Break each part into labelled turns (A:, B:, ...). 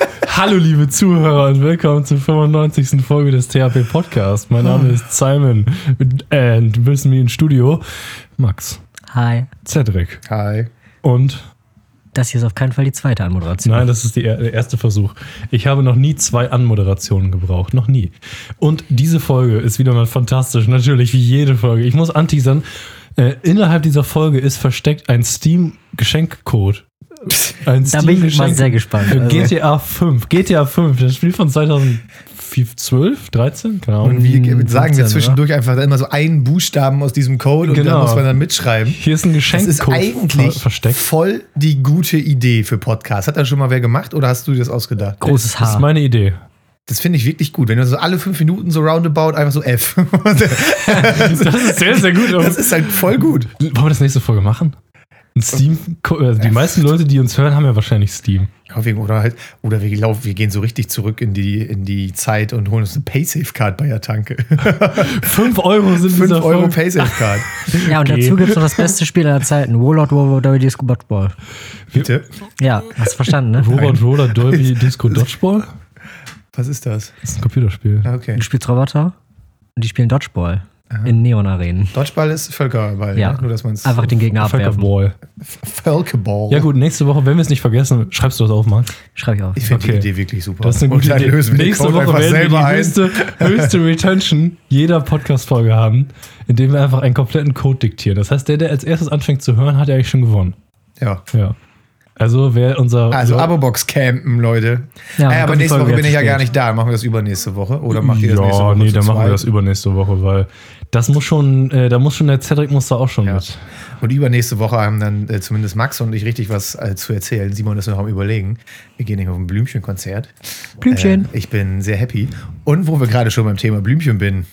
A: Hallo liebe Zuhörer und willkommen zur 95. Folge des THP Podcast. Mein Name ist Simon und bist mir im Studio Max.
B: Hi.
A: Cedric.
C: Hi.
A: Und?
B: Das hier ist auf keinen Fall die zweite Anmoderation.
A: Nein, das ist der erste Versuch. Ich habe noch nie 2 Anmoderationen gebraucht. Noch nie. Und diese Folge ist wieder mal fantastisch. Natürlich wie jede Folge. Ich muss anteasern. Innerhalb dieser Folge ist versteckt ein Steam-Geschenkcode.
B: Da bin ich mal sehr gespannt.
A: GTA 5, das Spiel von 2012, 13? Keine Ahnung.
C: Und wir sagen wir zwischendurch oder? Einfach immer so einen Buchstaben aus diesem Code und dann muss man dann mitschreiben.
A: Hier ist ein Geschenkcode.
C: Das ist eigentlich
A: versteckt.
C: Voll die gute Idee für Podcasts. Hat da schon mal wer gemacht oder hast du dir das ausgedacht?
B: Großes H.
A: Das ist meine Idee.
C: Das finde ich wirklich gut. Wenn du so alle 5 Minuten so roundabout einfach so F.
A: Das ist sehr, sehr gut.
C: Das ist halt voll gut.
A: Wollen wir das nächste Folge machen? Steam, die meisten Leute, die uns hören, haben ja wahrscheinlich Steam.
C: Ja, oder wir gehen so richtig zurück in die Zeit und holen uns eine Paysafe-Card bei der Tanke.
A: 5 Euro sind
C: 5 Euro Paysafe-Card.
B: Ja, und dazu gibt es noch das beste Spiel aller Zeiten. Warlord Dolby Disco Dodgeball.
C: Bitte?
B: Ja, hast du verstanden, ne?
A: Warlord Dolby Disco Dodgeball?
C: Was ist das?
A: Das ist ein Computerspiel.
C: Okay.
B: Du spielst Roboter und die spielen Dodgeball. Aha. In Neon-Arenen.
C: Dodgeball ist Völkerball,
B: ja.
C: Ne? Nur, dass man es
B: einfach den Gegner abwerfen.
C: Völkerball.
A: Ja gut, nächste Woche, wenn wir es nicht vergessen, schreibst du das auf, Max?
B: Schreib ich auf.
C: Ich finde die Idee wirklich super.
A: Das ist eine gute Idee. Nächste Woche werden wir die höchste Retention jeder Podcast-Folge haben, indem wir einfach einen kompletten Code diktieren. Das heißt, der als erstes anfängt zu hören, hat ja eigentlich schon gewonnen.
C: Ja.
A: Also
C: Abo-Box campen, Leute.
B: Ja,
C: aber nächste Woche bin ich ja gar nicht da. Machen wir das übernächste Woche? Oder macht ihr das nächste Woche?
A: Nee, dann machen wir das übernächste Woche, weil das muss schon, da muss schon der Cedric muss da auch schon mit.
C: Und übernächste Woche haben dann zumindest Max und ich richtig was zu erzählen. Simon ist noch am Überlegen. Wir gehen nicht auf ein Blümchen-Konzert.
B: Blümchen.
C: Ich bin sehr happy. Und wo wir gerade schon beim Thema Blümchen bin,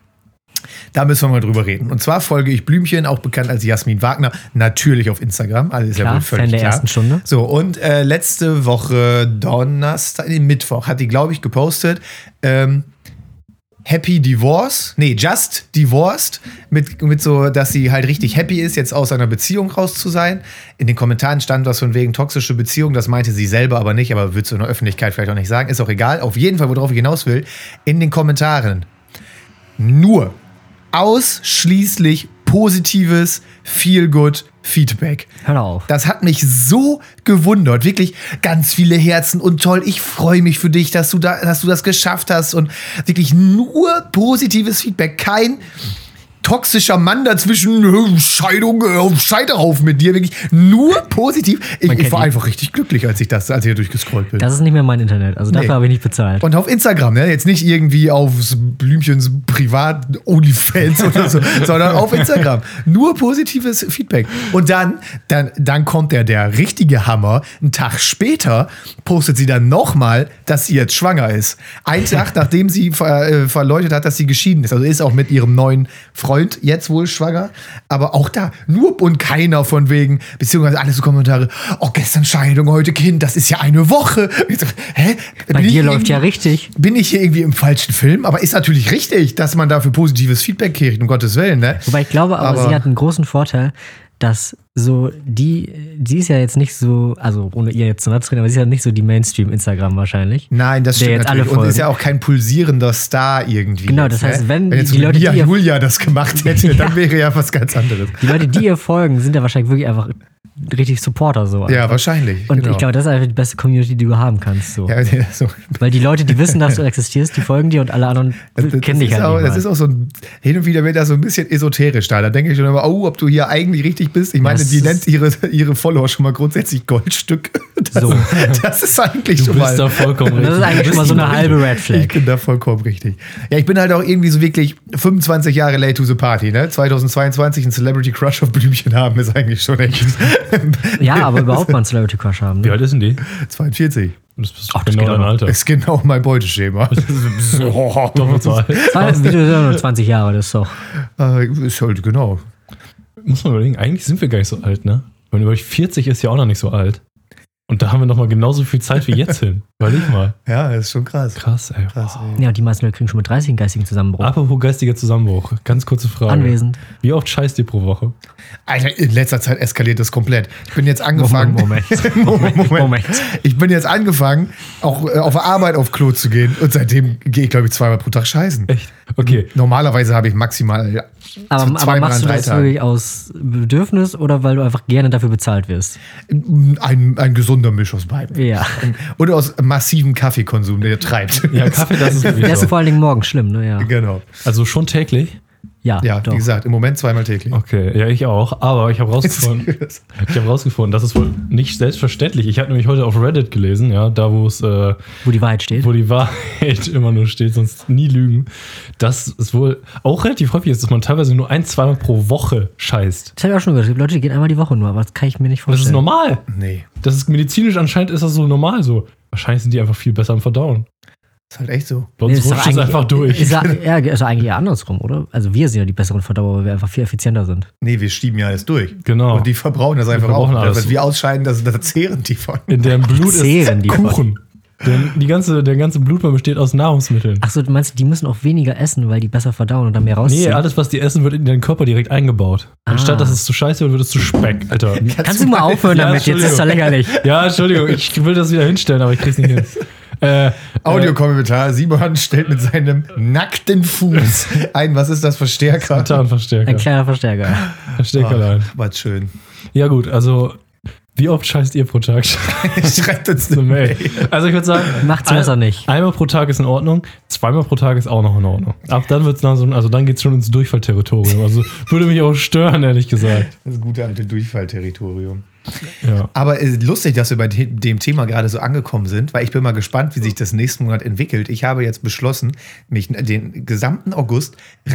C: da müssen wir mal drüber reden. Und zwar folge ich Blümchen, auch bekannt als Jasmin Wagner, natürlich auf Instagram. Alles ist ja wohl völlig
B: Fan der
C: klar.
B: Ersten Stunde.
C: So, und letzte Woche Mittwoch hat die, glaube ich, gepostet, Just Divorced, mit so, dass sie halt richtig happy ist, jetzt aus einer Beziehung raus zu sein. In den Kommentaren stand was von wegen toxische Beziehung, das meinte sie selber aber nicht, aber wird so in der Öffentlichkeit vielleicht auch nicht sagen, ist auch egal. Auf jeden Fall, worauf ich hinaus will, in den Kommentaren nur ausschließlich positives Feel-Good-Feedback.
B: Hör auf.
C: Das hat mich so gewundert. Wirklich ganz viele Herzen und toll. Ich freue mich für dich, dass du das geschafft hast. Und wirklich nur positives Feedback. Kein toxischer Mann dazwischen, Scheidung, Scheiterhaufen mit dir. Wirklich nur positiv. Ich war einfach richtig glücklich, als ich hier durchgescrollt bin.
B: Das ist nicht mehr mein Internet. Also dafür habe ich nicht bezahlt.
C: Und auf Instagram, ne? Jetzt nicht irgendwie auf Blümchens Privat-Onlyfans oder so, sondern auf Instagram. Nur positives Feedback. Und dann kommt der richtige Hammer. Einen Tag später postet sie dann nochmal, dass sie jetzt schwanger ist. Einen Tag, nachdem sie verleugnet hat, dass sie geschieden ist. Also ist auch mit ihrem neuen Freund jetzt wohl schwanger, aber auch da nur und keiner von wegen, beziehungsweise alle so Kommentare, gestern Scheidung, heute Kind, das ist ja eine Woche. So, hä?
B: Bei dir läuft ja richtig.
C: Bin ich hier irgendwie im falschen Film? Aber ist natürlich richtig, dass man dafür positives Feedback kriegt, um Gottes Willen, ne?
B: Wobei ich glaube, aber sie hat einen großen Vorteil, dass so die ist ja jetzt nicht so, also ohne ihr jetzt zu nahe zu reden, aber sie ist ja nicht so die Mainstream-Instagram wahrscheinlich.
C: Nein, das stimmt
B: jetzt
C: natürlich.
B: Alle folgen.
C: Und ist ja auch kein pulsierender Star irgendwie.
B: Genau,
C: jetzt,
B: das heißt, wenn
C: jetzt
B: die Leute, die
C: Julia das gemacht hätte, dann wäre ja was ganz anderes.
B: Die Leute, die ihr folgen, sind ja wahrscheinlich wirklich einfach richtig Supporter so.
C: Ja, wahrscheinlich.
B: Und ich glaube, das ist einfach die beste Community, die du haben kannst. So.
C: Ja, so.
B: Weil die Leute, die wissen, dass du existierst, die folgen dir und alle anderen kennen dich halt nicht.
C: Das ist auch so hin und wieder wird das so ein bisschen esoterisch da. Da denke ich schon immer, ob du hier eigentlich richtig bist. Ich meine, die nennt ihre Follower schon mal grundsätzlich Goldstück. Das ist eigentlich schon mal.
A: Du bist da vollkommen richtig.
B: Das ist eigentlich schon mal so eine halbe Red Flag.
C: Ich bin da vollkommen richtig. Ja, ich bin halt auch irgendwie so wirklich 25 Jahre late to the party, ne? 2022 ein Celebrity Crush auf Blümchen haben ist eigentlich schon echt.
B: Ja, aber überhaupt mal einen Celebrity Crush haben. Ne?
A: Wie alt ist denn die?
C: 42.
A: Das ist genau dein Alter.
C: Ist genau mein Beuteschema.
A: Doppelt so alt.
B: Wie du nur 20 Jahre, das ist doch.
C: Ist halt genau.
A: Muss man überlegen, eigentlich sind wir gar nicht so alt, ne? Wenn über 40 ist ja auch noch nicht so alt. Und da haben wir nochmal genauso viel Zeit wie jetzt hin. Überleg mal.
C: Ja, das ist schon krass.
A: Krass, ey.
C: Krass, ey.
B: Ja, und die meisten Leute kriegen schon mit 30 einen geistigen Zusammenbruch.
A: Apropos geistiger Zusammenbruch. Ganz kurze Frage.
B: Anwesend.
A: Wie oft scheißt ihr pro Woche?
C: Alter, in letzter Zeit eskaliert das komplett. Ich bin jetzt angefangen.
B: Moment.
C: Ich bin jetzt angefangen, auch auf der Arbeit auf Klo zu gehen. Und seitdem gehe ich, glaube ich, 2-mal pro Tag scheißen.
A: Echt? Okay.
C: Normalerweise habe ich maximal
B: Aber
C: zweimal
B: machst
C: an
B: du
C: 3
B: das
C: Tagen.
B: wirklich aus Bedürfnis oder weil du einfach gerne dafür bezahlt wirst?
C: Ein gesunder Misch aus beiden.
B: Ja.
C: Oder aus massivem Kaffeekonsum, der treibt.
A: Ja, Kaffee, das ist wirklich
B: Der ist
A: so.
B: vor allen Dingen morgens schlimm, ne? Ja,
C: Genau.
A: Also schon täglich?
B: ja,
C: Ja,
B: doch.
C: wie gesagt, im Moment 2-mal täglich.
A: Okay, ja, ich auch. Aber ich habe rausgefunden, das ist wohl nicht selbstverständlich. Ich habe nämlich heute auf Reddit gelesen, ja, da wo es,
B: Wo die Wahrheit steht.
A: wo die Wahrheit immer nur steht, sonst nie lügen, dass es wohl auch relativ häufig ist, dass man teilweise nur 1-2 Mal pro Woche scheißt.
B: Das habe ich auch schon gehört. Es gibt Leute, die gehen einmal die Woche nur, aber das kann ich mir nicht
A: Und das
B: vorstellen.
A: ist normal.
C: Nee,
A: Das ist medizinisch anscheinend ist das so normal so. Wahrscheinlich sind die einfach viel besser am Verdauen.
C: ist halt echt so.
A: Bei uns
B: ist doch
A: rutscht es
B: eigentlich-
A: einfach durch.
B: Ist ja, also eigentlich eher andersrum, oder? Also wir sind ja die besseren Verdauer, weil wir einfach viel effizienter sind.
C: Nee, wir schieben ja alles durch.
A: Genau.
C: Und die verbrauchen das einfach auch.
A: verbrauchen
C: Und
A: alles.
C: Was wir ausscheiden, das zehren die von.
A: In deren Blut
B: zehren
A: ist
B: die von.
A: Kuchen. Denn der ganze Blutbahn besteht aus Nahrungsmitteln.
B: Achso, du meinst, die müssen auch weniger essen, weil die besser verdauen und dann mehr rausziehen?
A: Nee, alles, was die essen, wird in deinen Körper direkt eingebaut. Anstatt, dass es zu scheiße wird, wird es zu Speck, Alter.
B: Kannst du mal aufhören
A: Ja,
B: damit? Jetzt ist doch lächerlich.
A: Ja, Entschuldigung, ich will das wieder hinstellen, aber ich krieg's nicht hin.
C: Audiokommentar. Simon stellt mit seinem nackten Fuß ein, was ist das, Verstärker?
A: Gitarrenverstärker.
B: Ein kleiner Verstärker.
A: Verstärkerlein.
C: Was schön.
A: Ja gut, also wie oft scheißt ihr pro Tag?
C: Schreibt uns
A: eine
C: eine
A: Mail.
C: Mail.
A: Also ich würde sagen,
B: Macht's besser nicht.
A: Einmal pro Tag ist in Ordnung, 2-mal pro Tag ist auch noch in Ordnung. Ab dann wird's langsam, also dann geht's schon ins Durchfallterritorium. Also würde mich auch stören, ehrlich gesagt.
C: Das gute alte Durchfallterritorium.
A: Ja.
C: Aber lustig, dass wir bei dem Thema gerade so angekommen sind, weil ich bin mal gespannt, wie sich das nächsten Monat entwickelt. Ich habe jetzt beschlossen, mich den gesamten August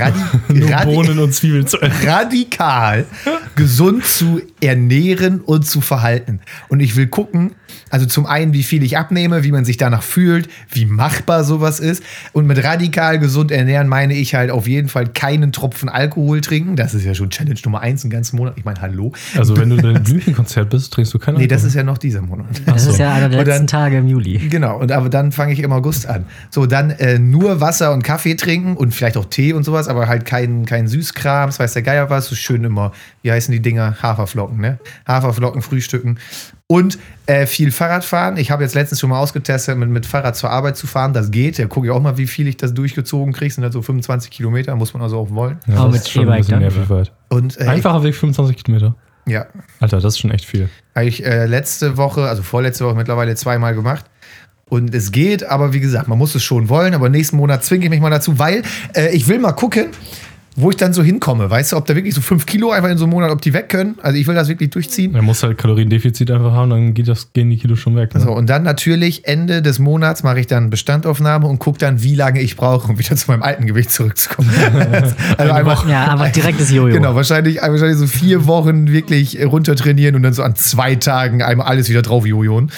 A: Nur Bohnen und Zwiebeln zu essen.
C: radikal gesund zu ernähren und zu verhalten. Und ich will gucken, also zum einen, wie viel ich abnehme, wie man sich danach fühlt, wie machbar sowas ist. Und mit radikal gesund ernähren meine ich halt auf jeden Fall keinen Tropfen Alkohol trinken. Das ist ja schon Challenge Nummer 1 einen ganzen Monat. Ich meine, hallo.
A: Also wenn du in einem Blümchenkonzert bist, trinkst du keinen
C: Nee, das
A: Alkohol.
C: ist ja noch dieser Monat.
B: Das
A: so.
B: ist ja einer der
C: Und dann-
B: letzten Tage im Juli.
C: Genau, aber dann fange ich im August an. So, dann nur Wasser und Kaffee trinken und vielleicht auch Tee und sowas, aber halt kein Süßkrams, weiß der Geier was, so schön immer, wie heißen die Dinger? Haferflocken, ne? Haferflocken frühstücken. Und viel Fahrrad fahren. Ich habe jetzt letztens schon mal ausgetestet, mit Fahrrad zur Arbeit zu fahren. Das geht. Da gucke ich auch mal, wie viel ich das durchgezogen kriege. Sind halt so 25 Kilometer, muss man also auch wollen.
A: Ja,
B: Aber
A: das
B: mit
A: ist schon ein
B: E-Bike
A: bisschen
B: dann,
A: nervig weit.
C: Und
A: Einfacher Weg 25 Kilometer.
C: ja,
A: Alter, das ist schon echt viel.
C: habe ich letzte Woche, also vorletzte Woche mittlerweile 2-mal gemacht. Und es geht, aber wie gesagt, man muss es schon wollen. Aber nächsten Monat zwinge ich mich mal dazu, weil ich will mal gucken, wo ich dann so hinkomme. Weißt du, ob da wirklich so 5 Kilo einfach in so einem Monat, ob die weg können. Also ich will das wirklich durchziehen.
A: Man muss halt Kaloriendefizit einfach haben, dann gehen die Kilos schon weg. Ne?
C: So, und dann natürlich Ende des Monats mache ich dann Bestandaufnahme und gucke dann, wie lange ich brauche, um wieder zu meinem alten Gewicht zurückzukommen. Also einfach,
B: Ja, einfach direktes Jojo.
C: genau, wahrscheinlich so 4 Wochen wirklich runtertrainieren und dann so an 2 Tagen einmal alles wieder drauf jojoen.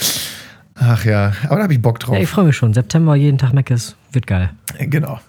C: Ach ja, aber da habe ich Bock drauf.
B: Ja, ich freue mich schon. September, jeden Tag Meckes. Wird geil.
C: Genau.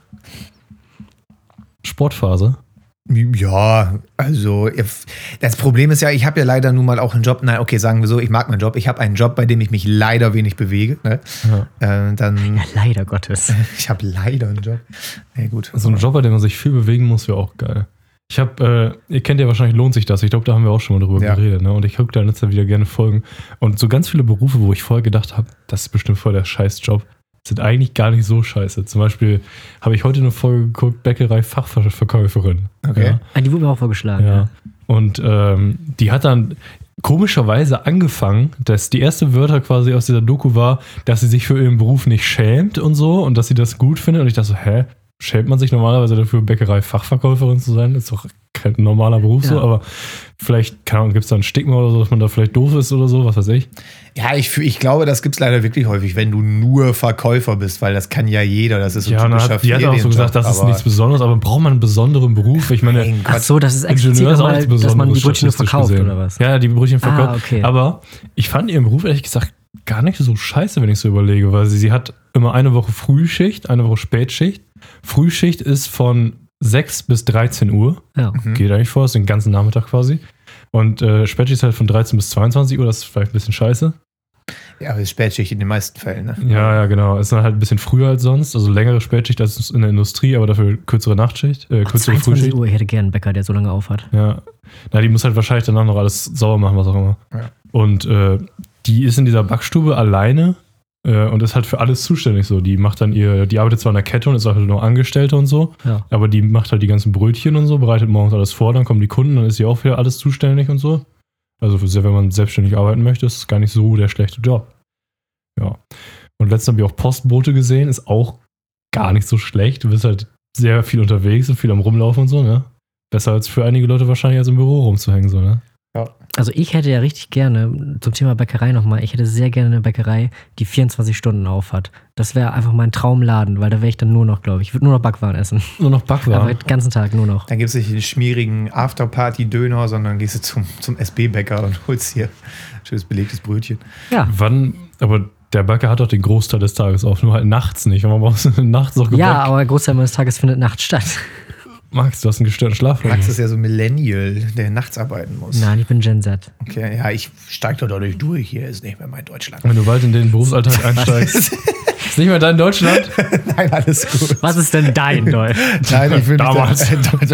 A: Sportphase.
C: Ja, also das Problem ist ja, ich habe ja leider nun mal auch einen Job. Nein, okay, sagen wir so, ich mag meinen Job. Ich habe einen Job, bei dem ich mich leider wenig bewege. Ne?
A: Ja.
C: Dann,
B: Ja, leider Gottes.
C: ich habe leider einen Job. Ja, gut.
A: So ein Job, bei dem man sich viel bewegen muss, wäre auch geil. Ich habe, ihr kennt ja wahrscheinlich Lohnt sich das. Ich glaube, da haben wir auch schon mal drüber
C: Ja.
A: geredet. Ne? Und ich gucke da jetzt wieder gerne Folgen. Und so ganz viele Berufe, wo ich vorher gedacht habe, das ist bestimmt voll der Scheißjob, sind eigentlich gar nicht so scheiße. Zum Beispiel habe ich heute eine Folge geguckt, Bäckerei-Fachverkäuferin.
C: Okay.
A: Ja.
B: Ah, die wurde mir auch vorgeschlagen.
A: Ja. Und die hat dann komischerweise angefangen, dass die erste Wörter quasi aus dieser Doku war, dass sie sich für ihren Beruf nicht schämt und so und dass sie das gut findet. Und ich dachte so, hä? Schämt man sich normalerweise dafür, Bäckerei-Fachverkäuferin zu sein? Ist doch kein normaler Beruf so,
B: Ja.
A: aber vielleicht, keine Ahnung, gibt es da ein Stigma oder so, dass man da vielleicht doof ist oder so, was weiß ich.
C: Ja, ich glaube, das gibt es leider wirklich häufig, wenn du nur Verkäufer bist, weil das kann ja jeder. Das ist so
A: Ja, und
C: typischer
A: die hat auch so gesagt, das ist
C: aber-
A: nichts Besonderes, aber braucht man einen besonderen Beruf? Ich meine,
C: Nein,
B: Ach so, das ist explizit
A: Ingenieur ist auch
B: nochmal,
A: nichts
B: dass man die
A: Besonderes,
B: Brötchen nur
A: statistisch
B: verkauft,
A: gesehen.
B: oder was?
A: Ja, die Brötchen verkauft.
B: okay.
A: Aber ich fand ihren Beruf ehrlich gesagt gar nicht so scheiße, wenn ich so überlege, weil sie hat immer eine Woche Frühschicht, eine Woche Spätschicht. Frühschicht ist von 6 bis 13 Uhr.
B: Ja.
A: Geht eigentlich vor, ist den ganzen Nachmittag quasi. Und Spätschicht ist halt von 13 bis 22 Uhr, das ist vielleicht ein bisschen scheiße.
C: Ja, aber es ist Spätschicht in den meisten Fällen, ne?
A: Ja, genau. Es ist dann halt ein bisschen früher als sonst, also längere Spätschicht als in der Industrie, aber dafür kürzere Nachtschicht, kürzere
B: 22
A: Frühschicht.
B: Uhr, ich hätte gerne einen Bäcker, der so lange aufhat.
A: Ja. Na, die muss halt wahrscheinlich danach noch alles sauber machen, was auch immer.
C: Ja.
A: Und die ist in dieser Backstube alleine und ist halt für alles zuständig so. Die macht dann die arbeitet zwar in der Kette und ist auch nur Angestellte und so,
B: Ja.
A: aber die macht halt die ganzen Brötchen und so, bereitet morgens alles vor, dann kommen die Kunden, dann ist sie auch für alles zuständig und so. Also wenn man selbstständig arbeiten möchte, ist es gar nicht so der schlechte Job. Ja. Und letztens habe ich auch Postbote gesehen, ist auch gar nicht so schlecht. Du bist halt sehr viel unterwegs und viel am Rumlaufen und so, ne? Besser als für einige Leute wahrscheinlich als im Büro rumzuhängen, so, ne?
B: Also ich hätte ja richtig gerne, zum Thema Bäckerei nochmal, ich hätte sehr gerne eine Bäckerei, die 24 Stunden auf hat. Das wäre einfach mein Traumladen, weil da wäre ich dann nur noch, glaube ich, würde nur noch Backwaren essen.
A: Nur noch Backwaren.
B: Aber den ganzen Tag nur noch.
C: Dann gibt es nicht den schmierigen Afterparty-Döner, sondern gehst du zum SB-Bäcker und holst hier ein schönes belegtes Brötchen.
B: Ja.
A: Aber der Bäcker hat doch den Großteil des Tages auf, nur halt nachts nicht. Und man braucht nachts auch Gebäck.
B: Ja, aber der Großteil meines Tages findet nachts statt.
A: Max, du hast einen gestörten Schlaf.
C: Max ist ja so ein Millennial, der nachts arbeiten muss.
B: Nein, ich bin Gen Z.
C: Okay, ja, ich steig doch dadurch durch. Hier ist nicht mehr mein Deutschland.
A: Wenn du bald in den Berufsalltag einsteigst, ist nicht mehr dein Deutschland.
C: Nein, alles gut.
B: Was ist denn dein Deutsch?
C: Nein, ich will
A: Damals.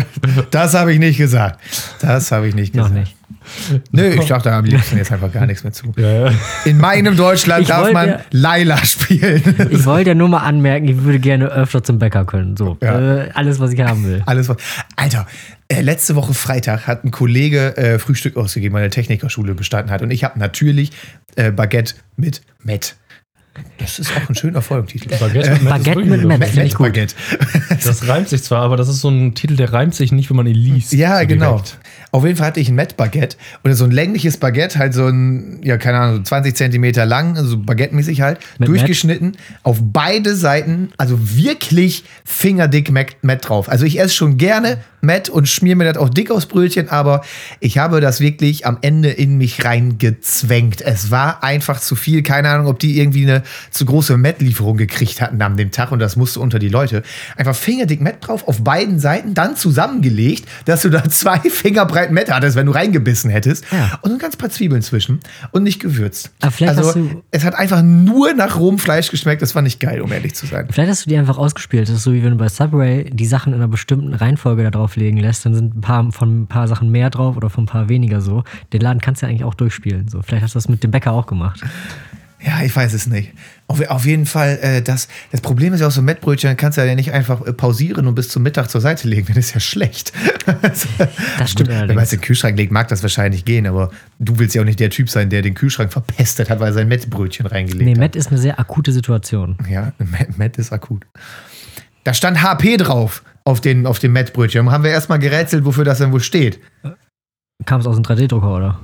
C: Das habe ich nicht gesagt. Das habe ich nicht
B: Noch
C: gesagt.
B: nicht.
C: Nö, ich dachte am liebsten jetzt einfach gar nichts mehr zu.
A: Ja.
C: In meinem Deutschland
B: Ich
C: darf
B: wollte
C: man
B: ja-
C: Laila spielen.
B: Ich wollte ja nur mal anmerken, ich würde gerne öfter zum Bäcker können. So,
C: Ja.
B: alles, was ich haben will.
C: Alles was. Alter, letzte Woche Freitag hat ein Kollege Frühstück ausgegeben, weil er Technikerschule bestanden hat. Und ich habe natürlich Baguette mit Met. Das ist auch ein schöner Folgentitel.
B: Baguette mit Met.
C: Met
B: Finde ich gut.
C: Baguette.
A: Das reimt sich zwar, aber das ist so ein Titel, der reimt sich nicht, wenn man ihn liest.
C: Ja,
A: so
C: genau.
A: direkt.
C: Auf jeden Fall hatte ich ein Met-Baguette und so ein längliches Baguette, halt so ein, ja, keine Ahnung, so 20 Zentimeter lang, also baguette-mäßig halt,
B: Mit
C: durchgeschnitten, auf beide Seiten, also wirklich fingerdick Met drauf. Also ich esse schon gerne Met und schmier mir das auch dick aufs Brötchen, aber ich habe das wirklich am Ende in mich reingezwängt. Es war einfach zu viel, keine Ahnung, ob die irgendwie eine zu große Met-Lieferung gekriegt hatten an dem Tag und das musste unter die Leute. Einfach fingerdick Met drauf, auf beiden Seiten, dann zusammengelegt, dass du da 2 Finger breit Met hattest, wenn du reingebissen hättest.
B: Ja.
C: Und ein ganz paar Zwiebeln zwischen und nicht gewürzt.
B: Aber vielleicht
C: also
B: hast du-
C: es hat einfach nur nach rohem Fleisch geschmeckt. Das war nicht geil, um ehrlich zu sein.
B: Vielleicht hast du die einfach ausgespielt. Das ist so, wie wenn du bei Subway die Sachen in einer bestimmten Reihenfolge da drauflegen lässt, dann sind von ein paar Sachen mehr drauf oder von ein paar weniger so. Den Laden kannst du ja eigentlich auch durchspielen. So. Vielleicht hast du das mit dem Bäcker auch gemacht.
C: Ja, ich weiß es nicht. Auf jeden Fall, das Problem ist ja auch so Mettbrötchen, dann kannst du ja nicht einfach pausieren und bis zum Mittag zur Seite legen. Das ist ja schlecht.
B: Das stimmt
C: Wenn man
B: allerdings.
C: es in den Kühlschrank legt, mag das wahrscheinlich gehen, aber du willst ja auch nicht der Typ sein, der den Kühlschrank verpestet hat, weil er sein Mettbrötchen reingelegt
B: Nee,
C: hat.
B: Met ist eine sehr akute Situation.
C: Ja, Met ist akut. Da stand HP drauf auf dem Mettbrötchen. Haben wir erstmal gerätselt, wofür das denn wohl steht.
B: Kam es aus dem 3D-Drucker, oder?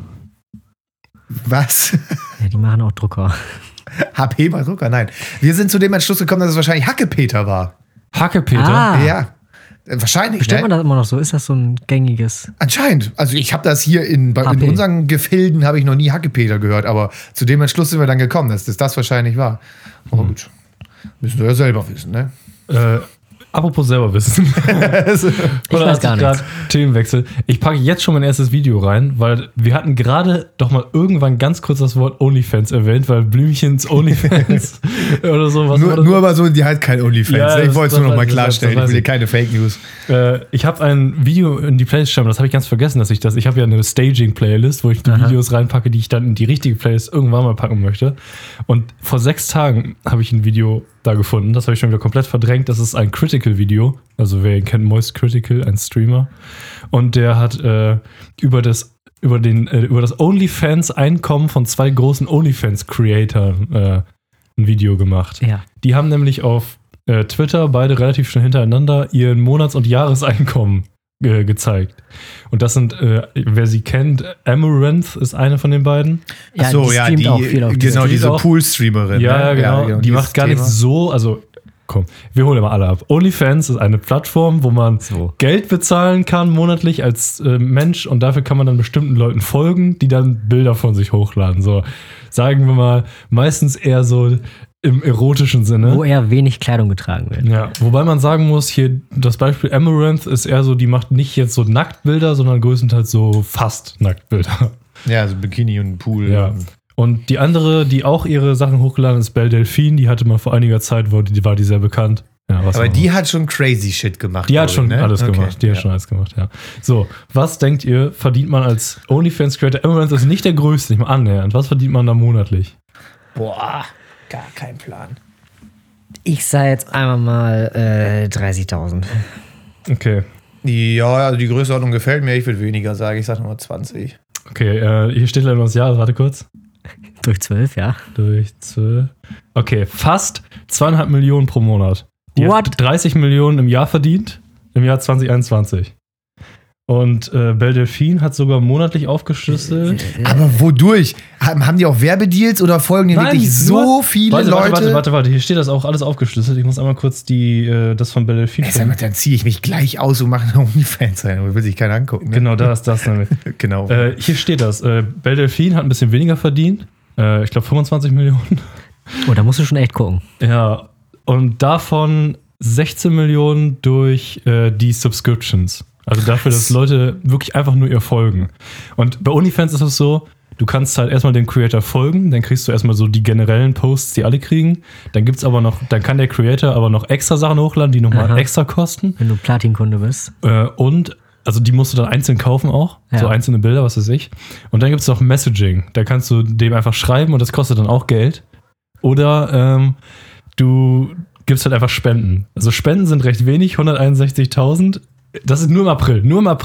C: Was?
B: Ja, die machen auch Drucker.
C: HP mal Drucker? Nein. Wir sind zu dem Entschluss gekommen, dass es wahrscheinlich Hackepeter war.
A: Hackepeter?
B: Ah.
C: Ja. Wahrscheinlich.
B: Bestellt
C: Ne?
B: man das immer noch so? Ist das so ein gängiges?
C: Anscheinend. Also ich habe das hier in
B: HP.
C: unseren Gefilden habe ich noch nie Hackepeter gehört, aber zu dem Entschluss sind wir dann gekommen, dass das wahrscheinlich war. Aber gut. Müssen wir ja selber wissen, ne?
A: Apropos selber wissen.
B: Ich weiß gar nichts.
A: Themenwechsel. Ich packe jetzt schon mein erstes Video rein, weil wir hatten gerade doch mal irgendwann ganz kurz das Wort OnlyFans erwähnt, weil Blümchens OnlyFans oder so. Was war das?
C: Nur aber so, die halt kein OnlyFans.
A: Ja,
C: ich
A: das-
C: wollte es
A: das
C: nur noch mal
A: weiß ich,
C: klarstellen.
A: das
C: Ich will
A: weiß
C: hier keine Fake News.
A: Ich habe ein Video in die Playlist geschrieben, das habe ich ganz vergessen, ich habe ja eine Staging-Playlist, wo ich die Videos reinpacke, die ich dann in die richtige Playlist irgendwann mal packen möchte. Und vor 6 Tagen habe ich ein Video da gefunden, das habe ich schon wieder komplett verdrängt. Das ist ein Critical-Video, also wer ihn kennt, Moist Critical, ein Streamer. Und der hat über das OnlyFans-Einkommen von 2 großen OnlyFans-Creatoren ein Video gemacht.
B: Ja.
A: Die haben nämlich auf Twitter beide relativ schnell hintereinander ihren Monats- und Jahreseinkommen gezeigt. Und das sind, wer sie kennt, Amaranth ist eine von den beiden.
B: Ja,
C: Ach so,
B: die
C: ja,
B: streamt auch viel auf
C: genau,
B: Twitch.
C: diese
A: auch.
C: Pool-Streamerin.
A: Ja,
C: ne?
A: genau. Die
C: dieses
A: macht gar nicht
C: Thema.
A: so, also komm, wir holen immer alle ab. OnlyFans ist eine Plattform, wo man
B: So.
A: Geld bezahlen kann monatlich als Mensch und dafür kann man dann bestimmten Leuten folgen, die dann Bilder von sich hochladen. So, sagen wir mal, meistens eher so im erotischen Sinne.
B: Wo eher wenig Kleidung getragen wird.
A: Ja, wobei man sagen muss, hier das Beispiel Amaranth ist eher so, die macht nicht jetzt so Nacktbilder, sondern größtenteils so fast Nacktbilder.
C: Ja, so Bikini und Pool.
A: Ja. Und die andere, die auch ihre Sachen hochgeladen hat, ist Belle Delphine. Die hatte mal vor einiger Zeit, war die sehr bekannt. Ja,
C: Aber die hat schon crazy Shit gemacht.
A: Die hat schon alles
C: Okay,
A: gemacht. Die hat schon alles gemacht, ja. So, was denkt ihr, verdient man als OnlyFans-Creator? OnlyFans ist nicht der größte, nicht mal annähernd. Was verdient man da monatlich?
C: Boah, gar kein Plan.
B: Ich sage jetzt einmal mal 30.000.
A: Okay.
C: Ja, also die Größenordnung gefällt mir. Ich würde weniger sagen. Ich sage nochmal 20.
A: Okay, hier steht leider noch das Jahr. Warte kurz.
B: Durch 12, ja.
A: Durch 12. Okay, fast 2,5 Millionen pro Monat. Die
B: What?
A: hat 30 Millionen im Jahr verdient, im Jahr 2021. Und Belle Delphine hat sogar monatlich aufgeschlüsselt.
C: Aber wodurch? Haben die auch Werbedeals oder folgen die wirklich so viele Leute?
A: Warte, hier steht das auch alles aufgeschlüsselt. Ich muss einmal kurz das von Belle Delphine
C: Sag mal, dann ziehe ich mich gleich aus und mache eine OnlyFans rein. Da will sich keiner angucken. Ne?
A: Genau, da ist das nämlich.
C: Genau.
A: Hier steht das. Belle Delphine hat ein bisschen weniger verdient. Ich glaube 25 Millionen.
B: Oh, da musst du schon echt gucken.
A: Ja, und davon 16 Millionen durch die Subscriptions. Also dafür, dass Leute wirklich einfach nur ihr folgen. Und bei OnlyFans ist es so, du kannst halt erstmal dem Creator folgen, dann kriegst du erstmal so die generellen Posts, die alle kriegen. Dann dann kann der Creator aber noch extra Sachen hochladen, die nochmal extra kosten.
B: Wenn du Platin-Kunde bist.
A: Und also die musst du dann einzeln kaufen auch, so einzelne Bilder, was weiß ich. Und dann gibt es noch Messaging, da kannst du dem einfach schreiben und das kostet dann auch Geld. Oder du gibst halt einfach Spenden. Also Spenden sind recht wenig, 161.000. Das ist nur im April.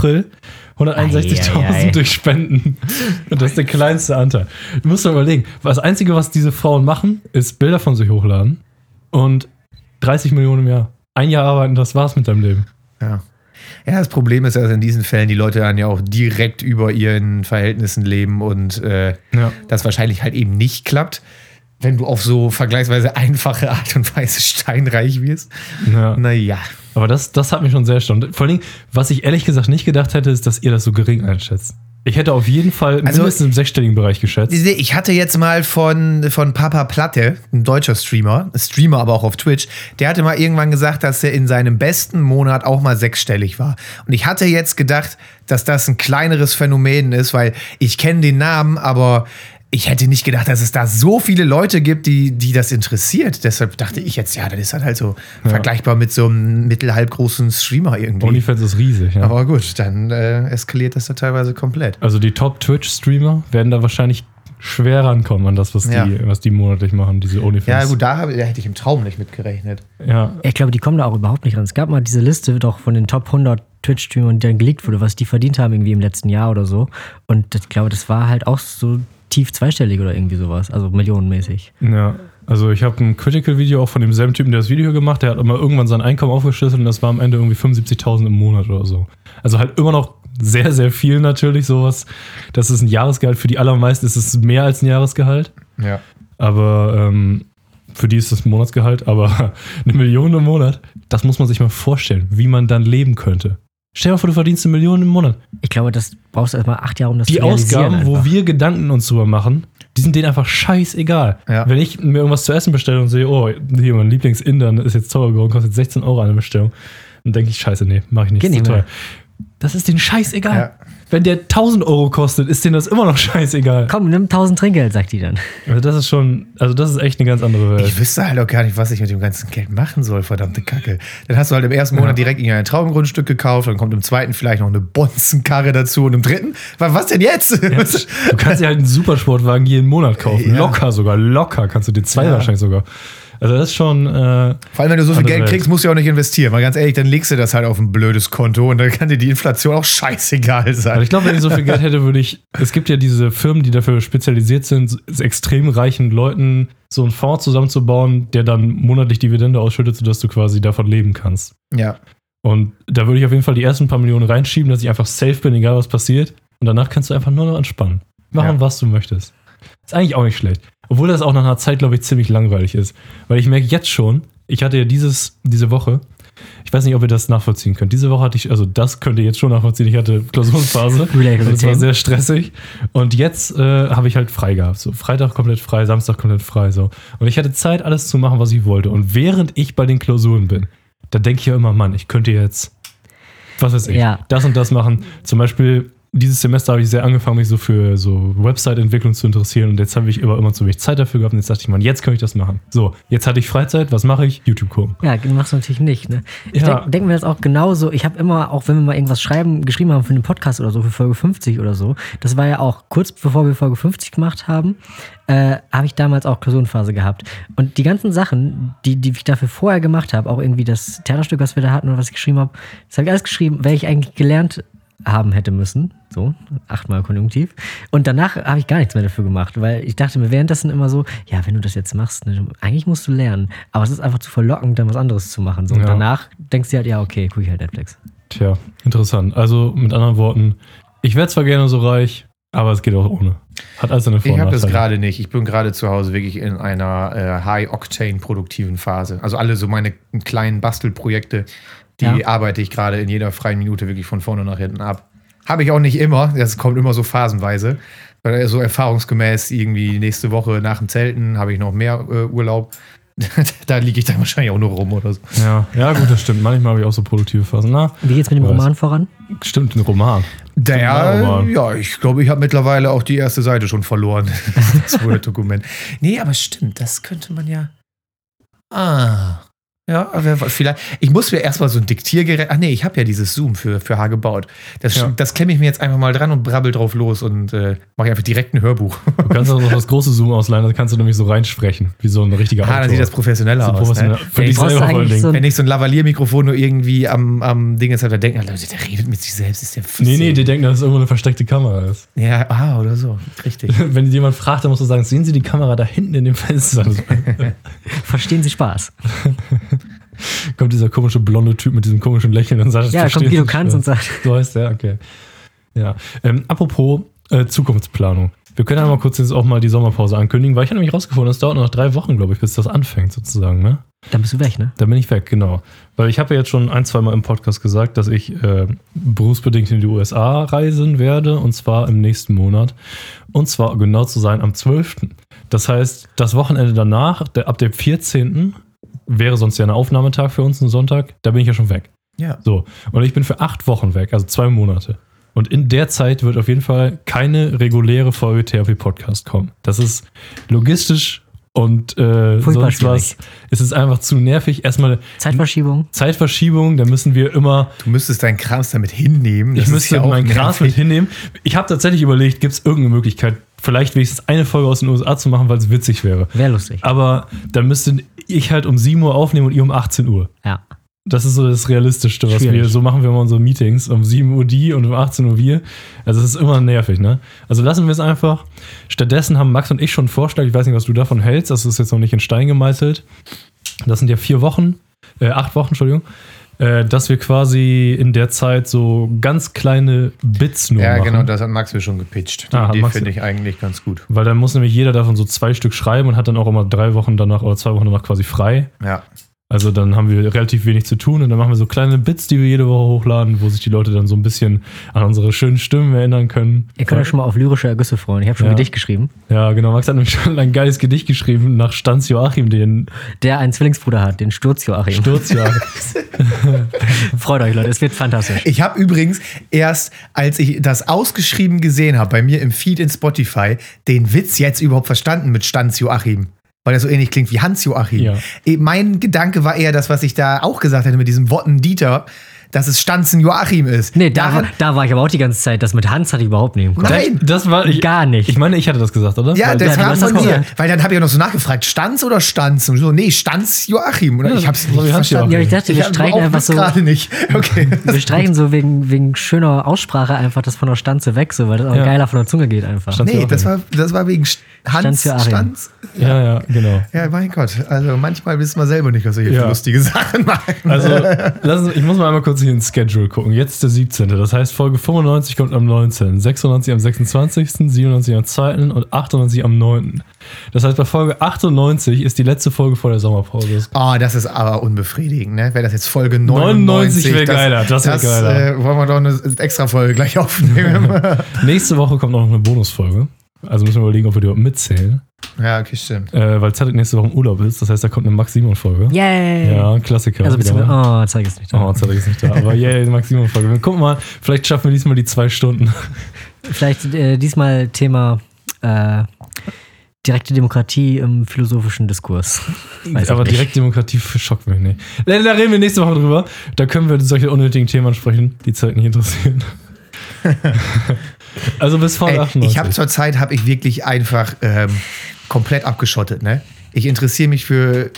A: 161.000 durch Spenden. Und das ist der kleinste Anteil. Du musst dir überlegen, das Einzige, was diese Frauen machen, ist Bilder von sich hochladen und 30 Millionen im Jahr. Ein Jahr arbeiten, das war's mit deinem Leben.
C: Ja. Ja, das Problem ist, dass in diesen Fällen die Leute dann ja auch direkt über ihren Verhältnissen leben und das wahrscheinlich halt eben nicht klappt, wenn du auf so vergleichsweise einfache Art und Weise steinreich wirst.
A: Ja.
C: Naja.
A: Aber das hat mich schon sehr erstaunt. Vor allem, was ich ehrlich gesagt nicht gedacht hätte, ist, dass ihr das so gering einschätzt. Ich hätte auf jeden Fall mindestens im sechsstelligen Bereich geschätzt.
C: Ich hatte jetzt mal von Papa Platte, ein deutscher Streamer aber auch auf Twitch, der hatte mal irgendwann gesagt, dass er in seinem besten Monat auch mal sechsstellig war. Und ich hatte jetzt gedacht, dass das ein kleineres Phänomen ist, weil ich kenne den Namen, aber ich hätte nicht gedacht, dass es da so viele Leute gibt, die das interessiert. Deshalb dachte ich jetzt, ja, das ist halt so vergleichbar mit so einem mittelhalbgroßen Streamer irgendwie.
A: OnlyFans ist riesig, ja.
C: Aber gut, dann eskaliert das da teilweise komplett.
A: Also die Top-Twitch-Streamer werden da wahrscheinlich schwer rankommen an das, was die monatlich machen, diese OnlyFans.
C: Ja gut, da hätte ich im Traum nicht mitgerechnet.
A: Ja.
B: Ich glaube, die kommen da auch überhaupt nicht ran. Es gab mal diese Liste doch von den Top 100 Twitch-Streamern, die dann geleakt wurde, was die verdient haben irgendwie im letzten Jahr oder so. Und ich glaube, das war halt auch so tief zweistellig oder irgendwie sowas, also millionenmäßig.
A: Ja, also ich habe ein Critical-Video auch von demselben Typen, der das Video gemacht, der hat immer irgendwann sein Einkommen aufgeschlüsselt und das war am Ende irgendwie 75.000 im Monat oder so. Also halt immer noch sehr, sehr viel natürlich sowas. Das ist ein Jahresgehalt, für die allermeisten ist es mehr als ein Jahresgehalt.
C: Ja.
A: Aber für die ist das ein Monatsgehalt, aber 1 Million im Monat, das muss man sich mal vorstellen, wie man dann leben könnte. Stell dir mal vor, du verdienst 1 Million im Monat.
B: Ich glaube, das brauchst du erstmal 8 Jahre, um das
A: die
B: zu realisieren.
A: Die Ausgaben, wo wir Gedanken uns drüber machen, die sind denen einfach scheißegal.
C: Ja.
A: Wenn ich mir irgendwas zu essen bestelle und sehe, oh, hier mein Lieblings-Inder ist jetzt teurer geworden, kostet 16 € eine Bestellung, dann denke ich, scheiße, nee, mach ich nicht.
B: Geht nicht
A: so
B: mehr.
A: teuer. Das ist denen scheißegal.
C: Ja.
A: Wenn der 1.000 € kostet, ist denen das immer noch scheißegal.
B: Komm, nimm 1.000 Trinkgeld, sagt die dann.
A: Also das ist echt eine ganz andere Welt.
C: Ich wüsste halt auch gar nicht, was ich mit dem ganzen Geld machen soll, verdammte Kacke. Dann hast du halt im ersten Monat direkt ein Traumgrundstück gekauft, dann kommt im zweiten vielleicht noch eine Bonzenkarre dazu und im dritten, was denn jetzt?
A: Du kannst dir halt einen Supersportwagen jeden Monat kaufen.
C: Ja.
A: Locker kannst du dir 2 wahrscheinlich sogar. Also das ist schon...
C: Vor allem, wenn du so viel Geld kriegst, musst du ja auch nicht investieren. Weil ganz ehrlich, dann legst du das halt auf ein blödes Konto und dann kann dir die Inflation auch scheißegal sein.
A: Also ich glaube, wenn ich so viel Geld hätte, es gibt ja diese Firmen, die dafür spezialisiert sind, extrem reichen Leuten so einen Fonds zusammenzubauen, der dann monatlich Dividende ausschüttet, sodass du quasi davon leben kannst.
C: Ja.
A: Und da würde ich auf jeden Fall die ersten paar Millionen reinschieben, dass ich einfach safe bin, egal was passiert. Und danach kannst du einfach nur noch entspannen. Machen, was du möchtest. Ist eigentlich auch nicht schlecht. Obwohl das auch nach einer Zeit, glaube ich, ziemlich langweilig ist. Weil ich merke jetzt schon, ich hatte ja diese Woche, ich weiß nicht, ob ihr das nachvollziehen könnt. Diese Woche hatte ich, also das könnt ihr jetzt schon nachvollziehen, ich hatte Klausurenphase. Das war sehr stressig. Und jetzt habe ich halt frei gehabt. So Freitag komplett frei, Samstag komplett frei. So. Und ich hatte Zeit, alles zu machen, was ich wollte. Und während ich bei den Klausuren bin, da denke ich ja immer, Mann, ich könnte jetzt, was weiß ich, das und das machen. Zum Beispiel dieses Semester habe ich sehr angefangen, mich so für so Website-Entwicklung zu interessieren und jetzt habe ich immer zu wenig Zeit dafür gehabt und jetzt dachte ich, Mann, jetzt kann ich das machen. So, jetzt hatte ich Freizeit, was mache ich? YouTube gucken.
B: Ja, machst du natürlich nicht. Ne? Ich
A: Ja.
B: denke mir das auch genauso. Ich habe immer, auch wenn wir mal irgendwas geschrieben haben für einen Podcast oder so, für Folge 50 oder so, das war ja auch kurz bevor wir Folge 50 gemacht haben, habe ich damals auch Klausurenphase gehabt. Und die ganzen Sachen, die ich dafür vorher gemacht habe, auch irgendwie das Theaterstück, was wir da hatten oder was ich geschrieben habe, das habe ich alles geschrieben, weil ich eigentlich gelernt haben hätte müssen. So, 8-mal Konjunktiv. Und danach habe ich gar nichts mehr dafür gemacht, weil ich dachte mir währenddessen immer so, ja, wenn du das jetzt machst, ne, eigentlich musst du lernen. Aber es ist einfach zu verlockend, dann was anderes zu machen. So, und danach denkst du halt, ja, okay, gucke ich halt Netflix.
A: Tja, interessant. Also mit anderen Worten, ich wäre zwar gerne so reich, aber es geht auch ohne. Hat also eine Vor- und
C: Ich habe das
A: Nachteile.
C: gerade nicht. Ich bin gerade zu Hause wirklich in einer High-Octane-produktiven Phase. Also alle so meine kleinen Bastelprojekte, die arbeite ich gerade in jeder freien Minute wirklich von vorne nach hinten ab. Habe ich auch nicht immer. Das kommt immer so phasenweise. Weil so erfahrungsgemäß irgendwie nächste Woche nach dem Zelten habe ich noch mehr Urlaub. Da liege ich dann wahrscheinlich auch nur rum oder so.
A: Ja, gut, das stimmt. Manchmal habe ich auch so produktive Phasen. Na,
B: Wie geht's mit dem
A: weiß.
B: Roman voran?
A: Stimmt, ein Roman. Roman.
C: Ja, ich glaube, ich habe mittlerweile auch die erste Seite schon verloren. Das Word-Dokument. Nee, aber stimmt, das könnte man ja. Ja, aber vielleicht. Ich muss mir erstmal so ein Diktiergerät. Ach nee, ich habe ja dieses Zoom für gebaut. Das klemme ich mir jetzt einfach mal dran und brabbel drauf los und mache einfach direkt ein Hörbuch.
A: Du kannst auch noch das große Zoom ausleihen, da kannst du nämlich so reinsprechen, wie so ein richtiger Autor.
C: Dann sieht das professioneller
A: So
C: aus.
A: professionell.
C: Ne?
A: Für dich
B: brauchst
A: selber
B: du
A: vor allen
B: eigentlich
A: Dingen.
B: so
C: Wenn ich so ein Lavalier-Mikrofon nur irgendwie am Ding ist, dann denken Leute, der redet mit sich selbst. Ist der
A: Nee, die denken, dass es irgendwo eine versteckte Kamera ist.
C: Ja, oder so. Richtig.
A: Wenn jemand fragt, dann musst du sagen, sehen Sie die Kamera da hinten in dem Fenster?
B: Verstehen Sie Spaß?
A: Kommt dieser komische blonde Typ mit diesem komischen Lächeln und sagt,
B: Ja,
A: verstehen
B: kommt Guido
A: Sie
B: Kanz
A: Spaß?
B: und sagt.
A: So heißt der, okay. Ja. Apropos Zukunftsplanung. Wir können ja mal kurz jetzt auch mal die Sommerpause ankündigen, weil ich habe nämlich rausgefunden, es dauert noch 3 Wochen, glaube ich, bis das anfängt sozusagen, ne?
B: Dann bist du weg, ne?
A: Da bin ich weg, genau. Weil ich habe ja jetzt schon 1-2 Mal im Podcast gesagt, dass ich berufsbedingt in die USA reisen werde, und zwar im nächsten Monat. Und zwar genau zu sein am 12. Das heißt, das Wochenende danach, ab dem 14. wäre sonst ja ein Aufnahmetag für uns, ein Sonntag, da bin ich ja schon weg.
C: Ja.
A: So, und ich bin für 8 Wochen weg, also 2 Monate. Und in der Zeit wird auf jeden Fall keine reguläre Folge THP Podcast kommen. Das ist logistisch und sonst was. Es ist einfach zu nervig. Erstmal Zeitverschiebung, da müssen wir immer.
C: Du müsstest deinen Krams damit hinnehmen.
A: Ich müsste meinen Krams mit hinnehmen. Ich habe tatsächlich überlegt, gibt es irgendeine Möglichkeit, vielleicht wenigstens eine Folge aus den USA zu machen, weil es witzig wäre.
B: Wäre lustig.
A: Aber dann müsste ich halt um 7 Uhr aufnehmen und ihr um 18 Uhr.
B: Ja.
A: Das ist so das Realistischste, was
B: Schwierig.
A: so machen wir immer unsere Meetings. Um 7 Uhr die und um 18 Uhr wir. Also es ist immer nervig, ne? Also lassen wir es einfach. Stattdessen haben Max und ich schon einen Vorschlag, ich weiß nicht, was du davon hältst, das ist jetzt noch nicht in Stein gemeißelt. Das sind ja 8 Wochen, Entschuldigung. Dass wir quasi in der Zeit so ganz kleine Bits nur machen.
C: Ja, genau, das hat Max mir schon gepitcht. Die Idee finde ich eigentlich ganz gut.
A: Weil dann muss nämlich jeder davon so 2 Stück schreiben und hat dann auch immer 3 Wochen danach oder 2 Wochen danach quasi frei.
C: Ja.
A: Also dann haben wir relativ wenig zu tun und dann machen wir so kleine Bits, die wir jede Woche hochladen, wo sich die Leute dann so ein bisschen an unsere schönen Stimmen erinnern können.
B: Ihr könnt euch schon mal auf lyrische Ergüsse freuen. Ich habe schon ein Gedicht geschrieben.
A: Ja, genau. Max hat nämlich schon ein geiles Gedicht geschrieben nach Stanz Joachim,
B: der einen Zwillingsbruder hat, den Sturz Joachim. Freut euch, Leute, es wird fantastisch.
C: Ich habe übrigens erst, als ich das ausgeschrieben gesehen habe, bei mir im Feed in Spotify, den Witz jetzt überhaupt verstanden mit Stanz Joachim. Weil das so ähnlich klingt wie Hans Joachim.
A: Ja.
C: Mein Gedanke war eher das, was ich da auch gesagt hatte mit diesem Wotten Dieter, dass es Stanzen Joachim ist.
B: Nee, da war ich aber auch die ganze Zeit. Das mit Hans hatte ich überhaupt nicht im Kopf.
C: Nein.
A: Das war
B: Gar nicht.
A: Ich meine, ich hatte das gesagt, oder?
C: Ja, das
B: du
C: kam
B: hast
C: von
B: das
C: mir.
B: gesagt.
C: Weil dann habe ich auch noch so nachgefragt, Stanz oder Stanz? Und so, nee, Stanz Joachim. Oder?
A: Ja,
C: Ich habe es
A: so
C: nicht
A: wie Hans
C: verstanden.
B: Ja, ich dachte, wir streichen einfach so.
C: gerade nicht. Okay.
B: Wir streichen so wegen schöner Aussprache einfach das von der Stanze weg, so, weil das auch
A: Ja.
B: geiler von der Zunge geht einfach.
A: Stanz
C: Nee,
A: Joachim.
C: das war wegen Hans.
B: Stanz Joachim.
C: Stanz.
A: Ja, genau.
C: Ja, mein Gott. Also manchmal wissen wir selber nicht, was wir hier
A: Ja.
C: für lustige Sachen machen.
A: Also, ich muss mal einmal kurz hier ins Schedule gucken. Jetzt der 17. Das heißt, Folge 95 kommt am 19., 96 am 26., 97 am 2. und 98 am 9. Das heißt, bei Folge 98 ist die letzte Folge vor der Sommerpause.
C: Das ist aber unbefriedigend, ne? Wäre das jetzt Folge 99
A: wäre geiler, das wäre geiler.
C: Wollen wir doch eine extra Folge gleich aufnehmen.
A: Nächste Woche kommt noch eine Bonusfolge. Also müssen wir überlegen, ob wir die überhaupt mitzählen.
C: Ja, okay, stimmt.
A: Weil Zadig nächste Woche im Urlaub ist. Das heißt, da kommt eine Max-Simon-Folge.
B: Yay!
A: Ja, ein Klassiker.
B: Also beziehungsweise, Zadig ist nicht da.
A: Zadig ist nicht da. Aber yay, eine Max-Simon-Folge. Wir gucken mal, vielleicht schaffen wir diesmal die 2 Stunden.
B: Vielleicht diesmal Thema direkte Demokratie im philosophischen Diskurs.
A: Aber Direktdemokratie schockt mich nicht. Da reden wir nächste Woche drüber. Da können wir solche unnötigen Themen ansprechen, die Zeit nicht interessieren. Also bis vor 98.
C: Ich habe zurzeit wirklich einfach komplett abgeschottet, ne? Ich interessiere mich für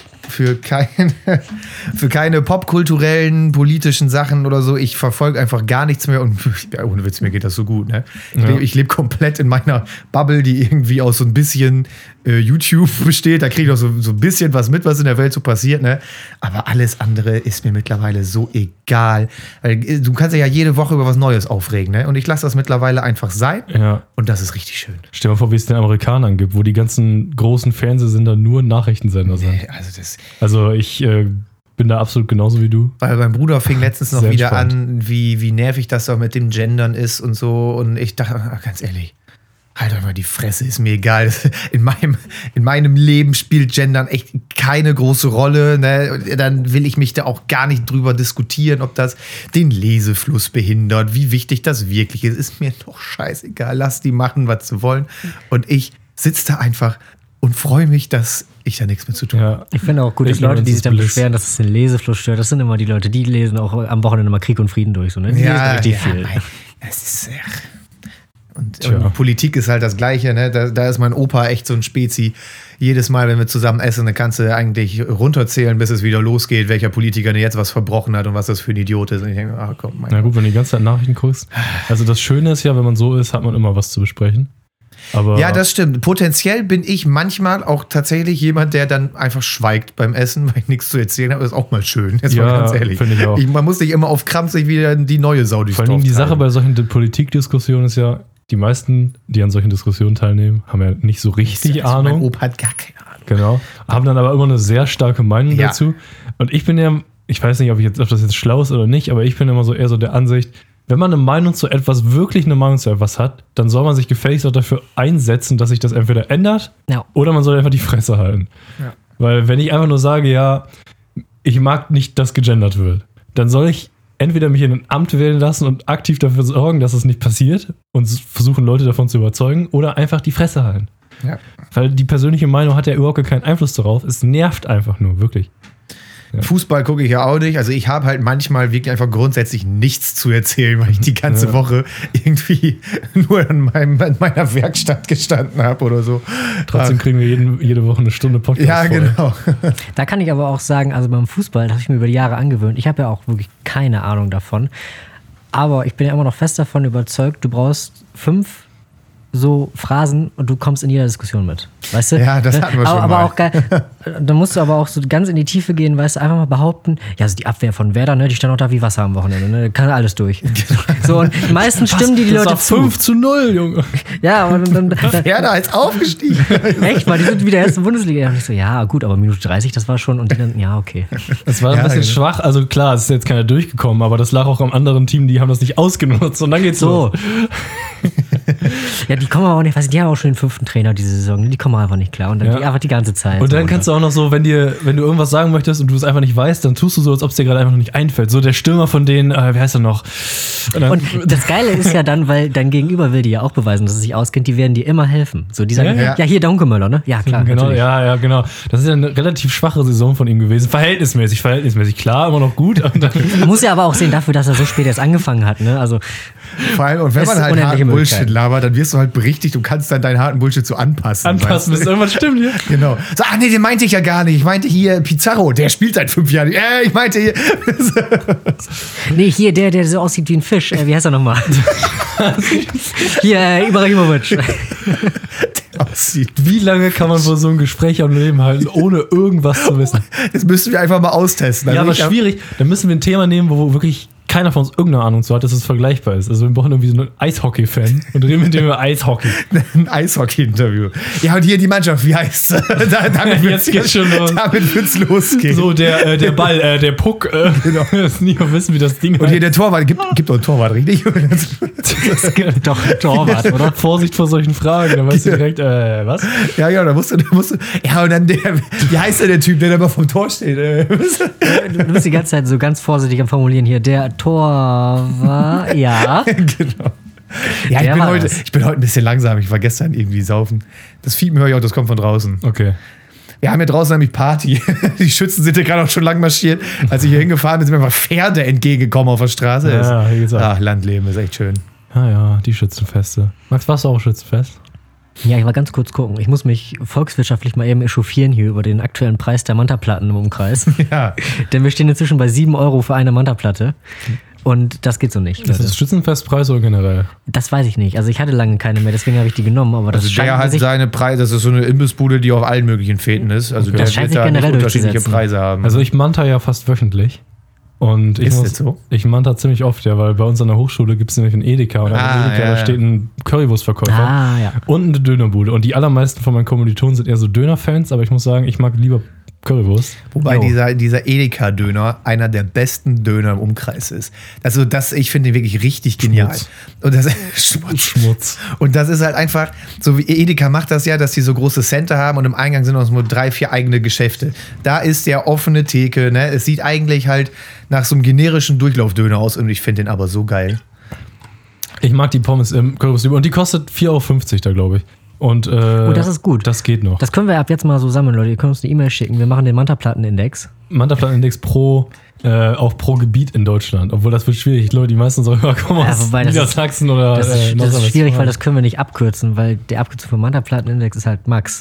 C: keine popkulturellen, politischen Sachen oder so. Ich verfolge einfach gar nichts mehr und ohne Witz, mir geht das so gut, ne? Ich lebe komplett in meiner Bubble, die irgendwie aus so ein bisschen YouTube besteht. Da kriege ich auch so ein bisschen was mit, was in der Welt so passiert, ne? Aber alles andere ist mir mittlerweile so egal. Weil du kannst ja jede Woche über was Neues aufregen, ne? Und ich lasse das mittlerweile einfach sein.
A: Ja.
C: Und das ist richtig schön.
A: Stell dir mal vor, wie es den Amerikanern gibt, wo die ganzen großen Fernsehsender nur Nachrichtensender sind. Also ich bin da absolut genauso wie du.
C: Weil mein Bruder fing letztens noch
A: Sehr
C: wieder
A: spannend.
C: an, wie nervig das auch mit dem Gendern ist und so. Und ich dachte, ganz ehrlich, halt doch mal die Fresse, ist mir egal. In meinem Leben spielt Gendern echt keine große Rolle. Ne? Dann will ich mich da auch gar nicht drüber diskutieren, ob das den Lesefluss behindert, wie wichtig das wirklich ist. Ist mir doch scheißegal. Lass die machen, was sie wollen. Und ich sitze da einfach und freue mich, dass ich da nichts mit zu tun habe.
B: Ja. Ich finde auch gut, dass Leute, die sich dann beschweren, dass es den Lesefluss stört, das sind immer die Leute, die lesen auch am Wochenende mal Krieg und Frieden durch. So, ne? Die lesen richtig viel.
C: Nein, es ist und Politik ist halt das Gleiche, ne? Da ist mein Opa echt so ein Spezi. Jedes Mal, wenn wir zusammen essen, dann kannst du eigentlich runterzählen, bis es wieder losgeht, welcher Politiker denn jetzt was verbrochen hat und was das für ein Idiot ist. Und ich denke, komm,
A: na gut, wenn du die ganze Zeit Nachrichten guckst. Also das Schöne ist ja, wenn man so ist, hat man immer was zu besprechen. Aber
C: ja, das stimmt. Potenziell bin ich manchmal auch tatsächlich jemand, der dann einfach schweigt beim Essen, weil ich nichts zu erzählen habe. Das ist auch mal schön. Jetzt mal ganz ehrlich.
A: Finde ich auch.
C: Man muss nicht immer auf Krampf sich wieder die neue Sau durchs
A: Vor
C: Dorf
A: allem die Sache
C: treiben.
A: bei solchen Politikdiskussionen ist ja, die meisten, die an solchen Diskussionen teilnehmen, haben ja nicht so richtig Ahnung.
C: Mein Opa hat gar keine Ahnung.
A: Genau. Haben dann aber immer eine sehr starke Meinung dazu. Und ich bin ja, ich weiß nicht, ob das jetzt schlau ist oder nicht, aber ich bin immer so eher so der Ansicht, wenn man eine Meinung zu etwas, wirklich eine Meinung zu etwas hat, dann soll man sich gefälligst auch dafür einsetzen, dass sich das entweder ändert oder man soll einfach die Fresse halten. Ja. Weil wenn ich einfach nur sage, ja, ich mag nicht, dass gegendert wird, dann soll ich entweder mich in ein Amt wählen lassen und aktiv dafür sorgen, dass es nicht passiert und versuchen, Leute davon zu überzeugen oder einfach die Fresse halten. Ja. Weil die persönliche Meinung hat ja überhaupt keinen Einfluss darauf. Es nervt einfach nur, wirklich. Ja.
C: Fußball gucke ich ja auch nicht. Also ich habe halt manchmal wirklich einfach grundsätzlich nichts zu erzählen, weil ich die ganze Woche irgendwie nur in meiner Werkstatt gestanden habe oder so.
A: Trotzdem kriegen wir jede Woche eine Stunde Podcast.
C: Ja, genau.
B: Da kann ich aber auch sagen, also beim Fußball, das habe ich mir über die Jahre angewöhnt. Ich habe ja auch wirklich keine Ahnung davon. Aber ich bin ja immer noch fest davon überzeugt, du brauchst 5 so Phrasen und du kommst in jeder Diskussion mit. Weißt du?
C: Ja, das hatten wir schon
B: aber
C: mal.
B: auch geil. Da musst du aber auch so ganz in die Tiefe gehen, weißt du, einfach mal behaupten, ja, also die Abwehr von Werder, ne, die stand auch da wie Wasser am Wochenende, ne, kann alles durch. So, und die meisten stimmen die Leute zu.
A: 5-0, Junge.
B: Ja, aber dann
C: Werder ist aufgestiegen.
B: Echt mal, die sind wieder erste Bundesliga. Und ich so, ja, gut, aber Minute 30, das war schon, und die dann, ja, okay.
A: Es war ein bisschen schwach, also klar, es ist jetzt keiner durchgekommen, aber das lag auch am anderen Team, die haben das nicht ausgenutzt und dann geht's los. Ja, die kommen aber auch nicht, weißt du, die haben auch schon den 5. Trainer diese Saison, die kommen einfach nicht klar und dann die einfach die ganze Zeit. Und dann kannst du auch noch so, wenn du irgendwas sagen möchtest und du es einfach nicht weißt, dann tust du so, als ob es dir gerade einfach noch nicht einfällt. So der Stürmer von denen, wie heißt er noch?
B: Und das Geile ist ja dann, weil dein Gegenüber will dir ja auch beweisen, dass es sich auskennt, die werden dir immer helfen. So, die sagen, ja hier Donkemöller, ne? Ja, klar,
A: genau,
B: natürlich.
A: Ja, genau. Das ist ja eine relativ schwache Saison von ihm gewesen. Verhältnismäßig. Klar, immer noch gut.
B: Man muss ja aber auch sehen, dafür, dass er so spät erst angefangen hat, ne? Also
C: vor allem, und wenn man halt harten Bullshit labert, dann wirst du halt berichtigt und kannst dann deinen harten Bullshit so anpassen.
A: Bis irgendwas stimmt, ja.
C: Genau. So, nee, den meinte ich ja gar nicht. Ich meinte hier Pizarro, der spielt seit 5 Jahren. Ich meinte hier.
B: Nee, hier der so aussieht wie ein Fisch. Wie heißt er nochmal? Hier, Ibrahimovic.
A: Wie lange kann man wohl so ein Gespräch am Leben halten, ohne irgendwas zu wissen?
C: Das müssen wir einfach mal austesten.
A: Ja, aber schwierig. Dann müssen wir ein Thema nehmen, wo wirklich keiner von uns irgendeine Ahnung zu hat, dass es vergleichbar ist. Also wir brauchen irgendwie so einen Eishockey-Fan und reden mit dem über Eishockey.
C: Ein Eishockey-Interview. Ja, und hier die Mannschaft, wie heißt sie? Damit
A: Jetzt geht's schon los.
C: Damit wird's losgehen.
A: So, der Ball, der Puck,
C: Genau.
A: das nie mal wissen, wie das Ding
C: Und hier der Torwart, gibt doch einen Torwart, richtig?
B: Doch, Torwart, oder?
A: Vorsicht vor solchen Fragen, da weißt du direkt, was?
C: Ja, genau, da musst du. Ja, und dann wie heißt der Typ, der da mal vom Tor steht?
B: Du bist die ganze Zeit so ganz vorsichtig am Formulieren hier. Der Torwart, ja.
C: Genau. Ja,
B: Der war
C: ich bin heute ein bisschen langsam. Ich war gestern irgendwie saufen. Das Fiepen höre ich auch, das kommt von draußen.
A: Okay.
C: Wir haben hier draußen nämlich Party. Die Schützen sind ja gerade auch schon lang marschiert. Als ich hier hingefahren bin, sind mir einfach Pferde entgegengekommen auf der Straße.
A: Ja, wie gesagt.
C: Ach, Landleben ist echt schön.
A: Ja, die Schützenfeste. Max, warst du auch Schützenfest?
B: Ja, ich war ganz kurz gucken. Ich muss mich volkswirtschaftlich mal eben echauffieren hier über den aktuellen Preis der Manta-Platten im Umkreis.
C: Ja.
B: Denn wir stehen inzwischen bei 7 Euro für eine Manta-Platte. Und das geht so nicht.
A: Ist das Schützenfestpreis oder generell?
B: Das weiß ich nicht. Also ich hatte lange keine mehr, deswegen habe ich die genommen. Aber das
C: Also
B: scheint
C: der hat
B: sich,
C: seine Preise, das ist so eine Imbissbude, die auf allen möglichen Fäden ist. Also
A: Okay.
C: der
B: Das scheint
C: wird
B: sich
C: da nicht
B: generell
C: unterschiedliche
B: durchzusetzen.
C: Preise haben.
A: Also ich manta ja fast wöchentlich. Und
C: Ist das so?
A: Ich manta ziemlich oft, ja, weil bei uns an der Hochschule gibt es nämlich einen Edeka. Und
C: Ah,
A: Edeka,
C: ja,
A: da
C: ja.
A: steht ein Currywurstverkäufer
B: ja.
A: und eine Dönerbude. Und die allermeisten von meinen Kommilitonen sind eher so Dönerfans, aber ich muss sagen, ich mag lieber Currywurst.
C: Wobei
B: Jo.
C: dieser Edeka-Döner einer der besten Döner im Umkreis ist. Also ich finde den wirklich richtig genial.
A: Schmutz.
C: Und das
A: Schmutz.
C: Und das ist halt einfach, so wie Edeka macht das ja, dass die so große Center haben und im Eingang sind auch nur 3, 4 eigene Geschäfte. Da ist der offene Theke, ne? Es sieht eigentlich halt nach so einem generischen Durchlaufdöner aus und ich finde den aber so geil.
A: Ich mag die Pommes im Currywurst lieber. Und die kostet 4,50 Euro da, glaube ich. Und
B: das ist gut.
A: Das geht noch.
B: Das können wir ab jetzt mal so sammeln, Leute. Ihr könnt uns eine E-Mail schicken. Wir machen den Manta-Platten-Index.
A: Manta-Plattenindex auch pro Gebiet in Deutschland. Obwohl das wird schwierig. Leute, die meisten sollen kommen aus
B: wobei das
A: Niedersachsen oder
B: Das ist schwierig,
A: Nordrhein-Westfalen.
B: weil das können wir nicht abkürzen, weil die Abkürzung für Manta-Platten-Index ist halt Max.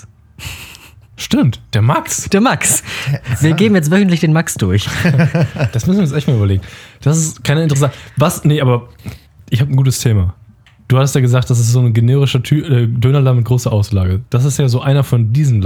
A: Stimmt, der Max.
B: Der Max. Wir geben jetzt wöchentlich den Max durch.
A: Das müssen wir uns echt mal überlegen. Das ist keine interessante. Nee, aber ich habe ein gutes Thema. Du hast ja gesagt, das ist so ein generischer Dönerladen mit großer Auslage. Das ist ja so einer von diesen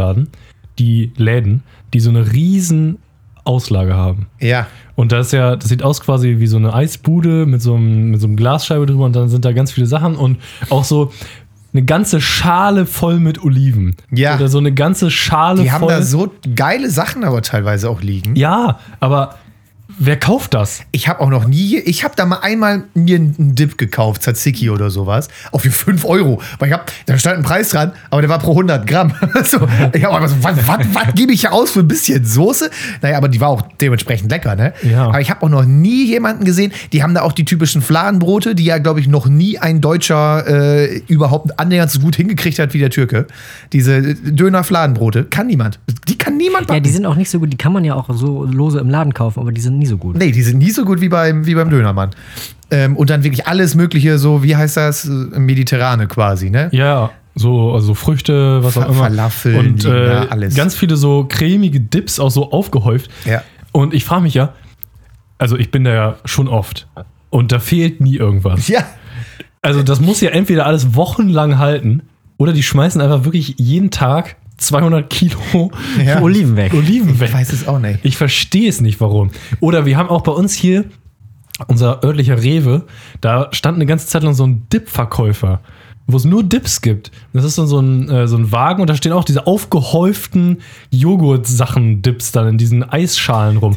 A: Läden, die so eine riesen Auslage haben.
C: Ja.
A: Und das sieht aus quasi wie so eine Eisbude mit so einem Glasscheibe drüber und dann sind da ganz viele Sachen und auch so eine ganze Schale voll mit Oliven.
C: Ja.
A: Oder so eine ganze Schale
C: Die
A: voll.
C: haben da so geile Sachen aber teilweise auch liegen.
A: Ja, aber wer kauft das?
C: Ich habe da mal einmal mir einen Dip gekauft, Tzatziki oder sowas, auch für 5 Euro. Weil da stand ein Preis dran, aber der war pro 100 Gramm. So, ich habe aber so, was gebe ich hier aus für ein bisschen Soße? Naja, aber die war auch dementsprechend lecker, ne?
A: Ja.
C: Aber ich habe auch noch nie jemanden gesehen, die haben da auch die typischen Fladenbrote, die ja, glaube ich, noch nie ein Deutscher überhaupt annähernd so gut hingekriegt hat wie der Türke. Diese Döner-Fladenbrote, kann niemand. Die kann niemand backen.
B: Ja, die sind auch nicht so gut. Die kann man ja auch so lose im Laden kaufen, aber die sind nie so gut.
C: Nee, die sind nie so gut wie beim Dönermann. Und dann wirklich alles Mögliche, so, wie heißt das? Mediterrane quasi, ne?
A: Ja, also Früchte, was auch immer.
C: Falafeln,
A: und
C: ja, alles.
A: ganz viele so cremige Dips auch so aufgehäuft.
C: Ja.
A: Und ich frage mich ja, also ich bin da ja schon oft und da fehlt nie irgendwas.
C: Ja.
A: Also das muss ja entweder alles wochenlang halten oder die schmeißen einfach wirklich jeden Tag 200 Kilo
C: Ja.
B: Oliven weg.
A: Oliven weg.
C: Ich weiß es auch nicht.
A: Ich verstehe es nicht, warum. Oder wir haben auch bei uns hier unser örtlicher Rewe, da stand eine ganze Zeit lang so ein Dip-Verkäufer, wo es nur Dips gibt. Das ist dann so ein Wagen und da stehen auch diese aufgehäuften Joghurt-Sachen-Dips dann in diesen Eisschalen rum.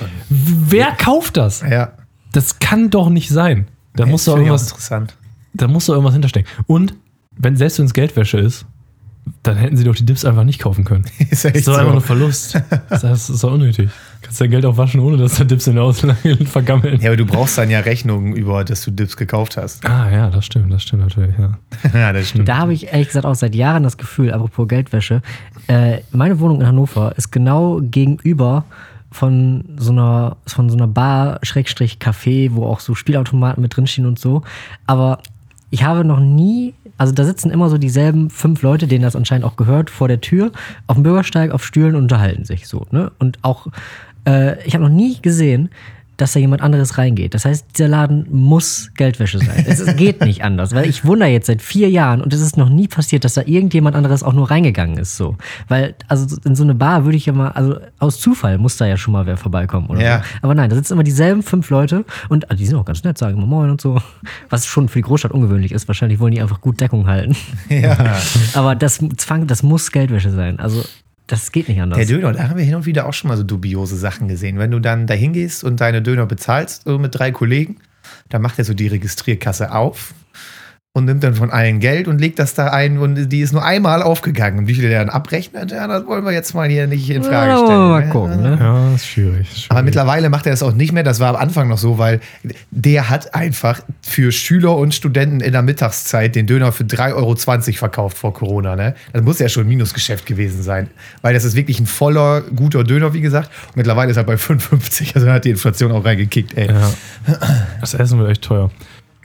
A: Wer kauft das?
C: Ja.
A: Das kann doch nicht sein. Da muss doch
C: Finde ich auch
A: irgendwas,
C: interessant.
A: da muss doch irgendwas hinterstecken. Und selbst wenn es Geldwäsche ist, dann hätten sie doch die Dips einfach nicht kaufen können.
C: Ist ja
A: Das
C: echt
A: ist doch
C: so.
A: einfach nur Verlust. Das ist doch unnötig. Du kannst dein Geld auch waschen, ohne dass da Dips in der Auslage vergammeln.
C: Ja, aber du brauchst dann ja Rechnungen über, dass du Dips gekauft hast.
A: Ah ja, das stimmt natürlich, ja.
C: Ja, das stimmt.
B: Da habe ich ehrlich gesagt auch seit Jahren das Gefühl, apropos Geldwäsche, meine Wohnung in Hannover ist genau gegenüber von so einer Bar, Café, wo auch so Spielautomaten mit drinstehen und so. Aber ich habe noch nie, also da sitzen immer so dieselben 5 Leute, denen das anscheinend auch gehört, vor der Tür, auf dem Bürgersteig, auf Stühlen und unterhalten sich so, ne? Und auch, ich habe noch nie gesehen, dass da jemand anderes reingeht. Das heißt, dieser Laden muss Geldwäsche sein. Es geht nicht anders, weil ich wundere jetzt seit 4 Jahren und es ist noch nie passiert, dass da irgendjemand anderes auch nur reingegangen ist. So. Weil, also in so eine Bar würde ich ja mal, also aus Zufall muss da ja schon mal wer vorbeikommen oder
C: Ja.
B: so. Aber nein, da sitzen immer dieselben 5 Leute und die sind auch ganz nett, sagen immer Moin und so. Was schon für die Großstadt ungewöhnlich ist. Wahrscheinlich wollen die einfach gut Deckung halten.
C: Ja.
B: Aber das muss Geldwäsche sein. Also das geht nicht anders.
C: Der Döner, da haben wir hin und wieder auch schon mal so dubiose Sachen gesehen. Wenn du dann da hingehst und deine Döner bezahlst, so mit 3 Kollegen, dann macht er so die Registrierkasse auf und nimmt dann von allen Geld und legt das da ein und die ist nur einmal aufgegangen. Und wie viel der dann abrechnet, ja, das wollen wir jetzt mal hier nicht in Frage
B: Ja,
C: stellen.
B: mal gucken, ne?
A: Ja, ist schwierig.
C: Aber mittlerweile macht er das auch nicht mehr. Das war am Anfang noch so, weil der hat einfach für Schüler und Studenten in der Mittagszeit den Döner für 3,20 € verkauft vor Corona. Ne? Das muss ja schon ein Minusgeschäft gewesen sein. Weil das ist wirklich ein voller, guter Döner, wie gesagt. Und mittlerweile ist er bei 5,50. Also hat die Inflation auch reingekickt, ey.
A: Ja. Das Essen wird echt teuer.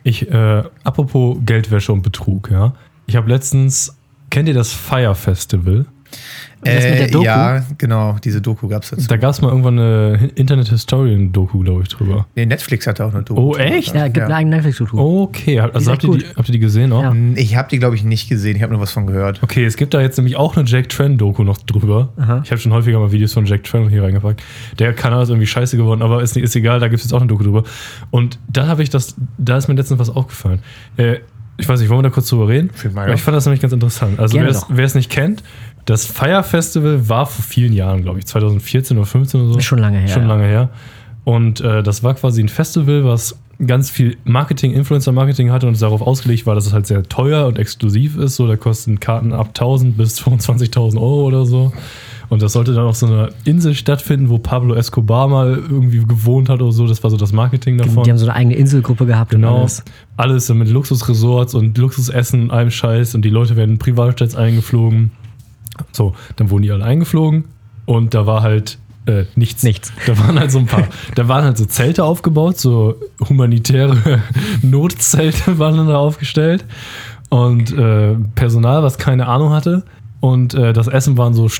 A: Apropos Geldwäsche und Betrug, ja. Ich habe letztens, kennt ihr das Fire Festival?
B: Das mit der Doku?
C: Ja, genau, diese Doku gab es dazu.
A: Da gab es mal irgendwann eine Internet-Historian-Doku, glaube ich, drüber.
C: Nee, Netflix hatte auch eine Doku.
A: Oh, echt?
B: Ja, gibt eine eigene Netflix-Doku.
A: Okay, also
B: echt
A: habt ihr die gesehen auch?
B: Ja.
C: Ich habe die, glaube ich, nicht gesehen. Ich habe nur was von gehört.
A: Okay, es gibt da jetzt nämlich auch eine Jack Tran-Doku noch drüber.
B: Aha.
A: Ich habe schon häufiger mal Videos von Jack Tran hier reingepackt. Der Kanal ist irgendwie scheiße geworden, aber ist egal, da gibt es jetzt auch eine Doku drüber. Und da ist mir letztens was aufgefallen. Ich weiß nicht, wollen wir da kurz drüber reden?
C: Mal, ja.
A: Ich fand das nämlich ganz interessant. Also
B: Gerne
A: wer es nicht kennt, das Fire Festival war vor vielen Jahren, glaube ich, 2014 oder 15 oder so.
B: Schon lange her.
A: Schon lange her. Und das war quasi ein Festival, was ganz viel Marketing, Influencer-Marketing hatte und darauf ausgelegt war, dass es halt sehr teuer und exklusiv ist. So, da kosten Karten ab 1.000 bis 25.000 € oder so. Und das sollte dann auf so einer Insel stattfinden, wo Pablo Escobar mal irgendwie gewohnt hat oder so. Das war so das Marketing davon.
B: Die haben so eine eigene Inselgruppe gehabt und
A: Genau.
B: alles.
A: Alles mit Luxusresorts und Luxusessen und allem Scheiß. Und die Leute werden in Privatjets eingeflogen. So, dann wurden die alle eingeflogen. Und da war halt nichts. Da waren halt so Zelte aufgebaut, so humanitäre Notzelte waren dann da aufgestellt. Und Personal, was keine Ahnung hatte. Und das Essen waren so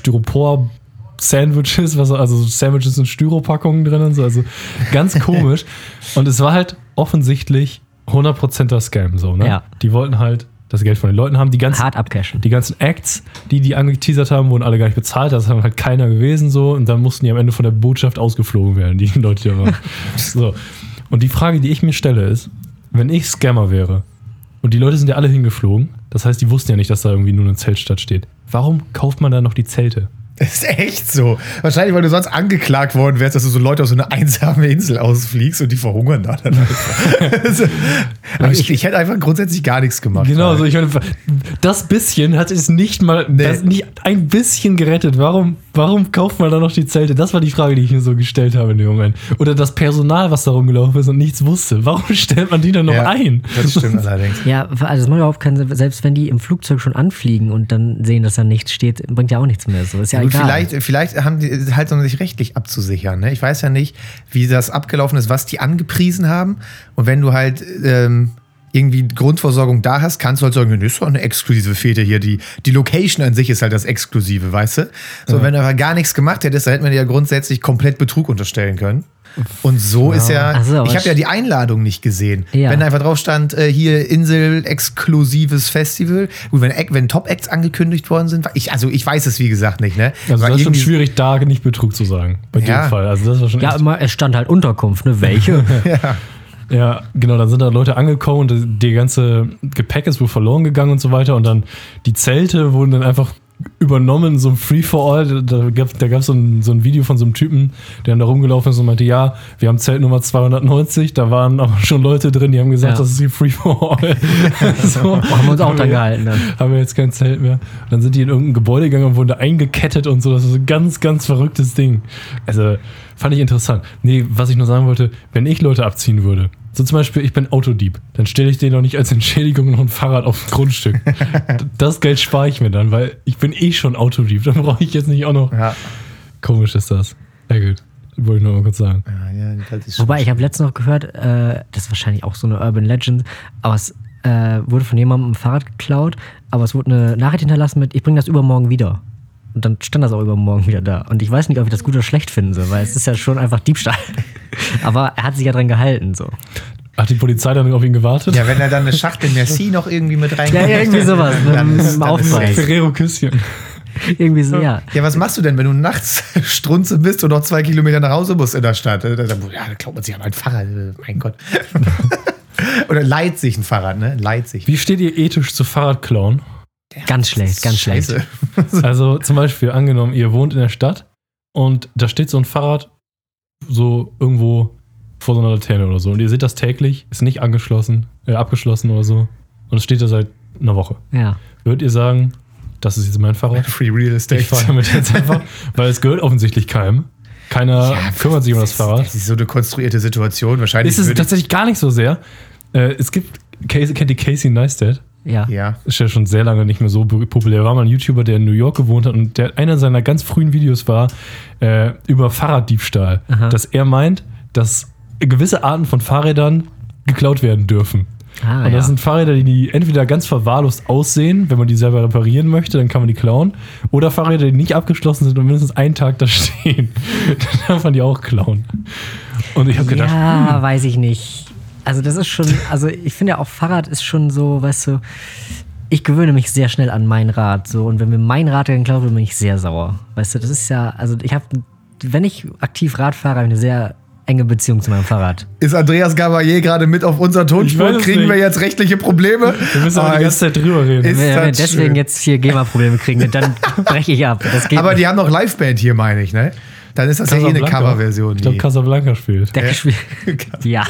A: Styropor-Sandwiches, also Sandwiches in Styropackungen drin und so. Also ganz komisch. Und es war halt offensichtlich 100%er Scam. So, ne?
B: Ja.
A: Die wollten halt das Geld von den Leuten haben.
B: Hart abcashen.
A: Die ganzen Acts, die angeteasert haben, wurden alle gar nicht bezahlt. Das hat halt keiner gewesen. So. Und dann mussten die am Ende von der Botschaft ausgeflogen werden, die Leute, die da waren. So. Und die Frage, die ich mir stelle, ist, wenn ich Scammer wäre und die Leute sind ja alle hingeflogen, das heißt, die wussten ja nicht, dass da irgendwie nur eine Zeltstadt steht. Warum kauft man da noch die Zelte?
C: Ist echt so. Wahrscheinlich, weil du sonst angeklagt worden wärst, dass du so Leute auf so eine einsame Insel ausfliegst und die verhungern da dann einfach. Also, aber ich hätte einfach grundsätzlich gar nichts gemacht.
A: Genau, also ich meine, das bisschen hat es nicht mal, nicht ein bisschen gerettet. Warum kauft man da noch die Zelte? Das war die Frage, die ich mir so gestellt habe in dem Moment. Oder das Personal, was da rumgelaufen ist und nichts wusste. Warum stellt man die dann noch ein?
C: Das stimmt allerdings.
B: Ja, also das macht überhaupt keinen Sinn. Selbst wenn die im Flugzeug schon anfliegen und dann sehen, dass da nichts steht, bringt ja auch nichts mehr. So ist ja egal.
C: Vielleicht haben die halt, um sich rechtlich abzusichern. Ne? Ich weiß ja nicht, wie das abgelaufen ist, was die angepriesen haben. Und wenn du halt irgendwie Grundversorgung da hast, kannst du halt sagen, das ist doch eine exklusive Fete hier. Die Location an sich ist halt das Exklusive, weißt du? So, ja. Wenn du aber gar nichts gemacht hättest, dann hätte man dir ja grundsätzlich komplett Betrug unterstellen können. Und so ist ja,
B: so,
C: ich habe ja die Einladung nicht gesehen.
B: Ja.
C: Wenn da einfach drauf stand, hier Insel, exklusives Festival. Gut, wenn Top-Acts angekündigt worden sind, ich weiß es wie gesagt nicht, ne?
A: Also das ist schon schwierig, da nicht Betrug zu sagen. Bei dem Fall. Also das war schon
B: es stand halt Unterkunft, ne? Welche?
C: Ja.
A: Ja, genau, dann sind da Leute angekommen und der ganze Gepäck ist wohl verloren gegangen und so weiter und dann die Zelte wurden dann einfach übernommen, so ein Free-for-all. Da gab es so ein Video von so einem Typen, der dann da rumgelaufen ist und meinte, ja, wir haben Zelt Nummer 290, da waren aber schon Leute drin, die haben gesagt, das ist hier Free-for-all.
B: So, haben wir uns auch dran gehalten dann.
A: Haben wir jetzt kein Zelt mehr. Und dann sind die in irgendein Gebäude gegangen und wurden da eingekettet und so. Das ist ein ganz, ganz verrücktes Ding. Also, fand ich interessant. Nee, was ich nur sagen wollte, wenn ich Leute abziehen würde, so zum Beispiel, ich bin Autodieb, dann stelle ich denen doch nicht als Entschädigung noch ein Fahrrad auf ein Grundstück. Das Geld spare ich mir dann, weil ich bin schon Autodieb. Dann brauche ich jetzt nicht auch noch... Ja. Komisch ist das. Ja gut, wollte ich nur mal kurz sagen.
C: Ja, das ist
B: wobei, ich habe letztens noch gehört, das ist wahrscheinlich auch so eine Urban Legend, aber es wurde von jemandem ein Fahrrad geklaut, aber es wurde eine Nachricht hinterlassen mit, ich bringe das übermorgen wieder. Und dann stand das auch übermorgen wieder da. Und ich weiß nicht, ob ich das gut oder schlecht finden soll, weil es ist ja schon einfach Diebstahl. Aber er hat sich ja dran gehalten, so.
A: Hat die Polizei dann auf ihn gewartet?
C: Ja, wenn er dann eine Schachtel Merci noch irgendwie mit rein.
B: Ja, irgendwie sowas.
C: Dann ist
B: Aufpreis.
A: Ferrero-Küsschen.
B: Irgendwie so, ja.
C: Ja, was machst du denn, wenn du nachts Strunze bist und noch 2 Kilometer nach Hause musst in der Stadt? Ja, da klaut man sich aber ein Fahrrad, mein Gott. Oder leiht sich ein Fahrrad, ne? Leiht sich.
A: Wie steht ihr ethisch zu Fahrradklauen?
B: Ganz schlecht, ganz schlecht.
C: Scheiße.
A: Also zum Beispiel, angenommen, ihr wohnt in der Stadt und da steht so ein Fahrrad so irgendwo vor so einer Laterne oder so und ihr seht das täglich, ist nicht abgeschlossen oder so und es steht da seit einer Woche.
B: Ja.
A: Würdet ihr sagen, das ist jetzt mein Fahrrad?
C: Free Real Estate.
A: Ich fahre damit jetzt einfach, weil es gehört offensichtlich keinem. Keiner kümmert sich um das Fahrrad.
C: Das ist so eine konstruierte Situation. Wahrscheinlich
A: Ist es tatsächlich gar nicht so sehr. Es gibt, kennt ihr Casey Neistat?
B: Ja.
C: Ja.
A: Ist ja schon sehr lange nicht mehr so populär. War mal ein YouTuber, der in New York gewohnt hat und einer seiner ganz frühen Videos war über Fahrraddiebstahl.
B: Aha.
A: Dass er meint, dass gewisse Arten von Fahrrädern geklaut werden dürfen.
B: Ah,
A: Und das
B: ja.
A: sind Fahrräder, die entweder ganz verwahrlost aussehen, wenn man die selber reparieren möchte, dann kann man die klauen. Oder Fahrräder, die nicht abgeschlossen sind und mindestens einen Tag da stehen. Dann darf man die auch klauen. Und ich habe gedacht,
B: Ja, weiß ich nicht. Also das ist schon, also ich finde ja auch Fahrrad ist schon so, weißt du, ich gewöhne mich sehr schnell an mein Rad so und wenn mir mein Rad geklaut wird, bin ich sehr sauer. Weißt du, das ist ja, also wenn ich aktiv Rad fahre, habe ich eine sehr enge Beziehung zu meinem Fahrrad.
C: Ist Andreas Gabalier gerade mit auf unserer
A: Ich
C: Tonspur?
A: weiß es
C: Kriegen wir
A: nicht.
C: jetzt rechtliche Probleme?
A: wir müssen aber die ganze Zeit drüber reden.
C: ist-
B: Wenn wir
C: das
B: deswegen
C: schön.
B: jetzt hier GEMA-Probleme kriegen, dann breche ich ab. Das geht
C: Aber
B: nicht.
C: die haben noch Liveband hier, meine ich, ne? Dann ist das ja eh eine
A: Casablanca.
C: Coverversion.
A: Ich glaube,
C: die-
A: Casablanca spielt.
B: Der gespielt. Ja.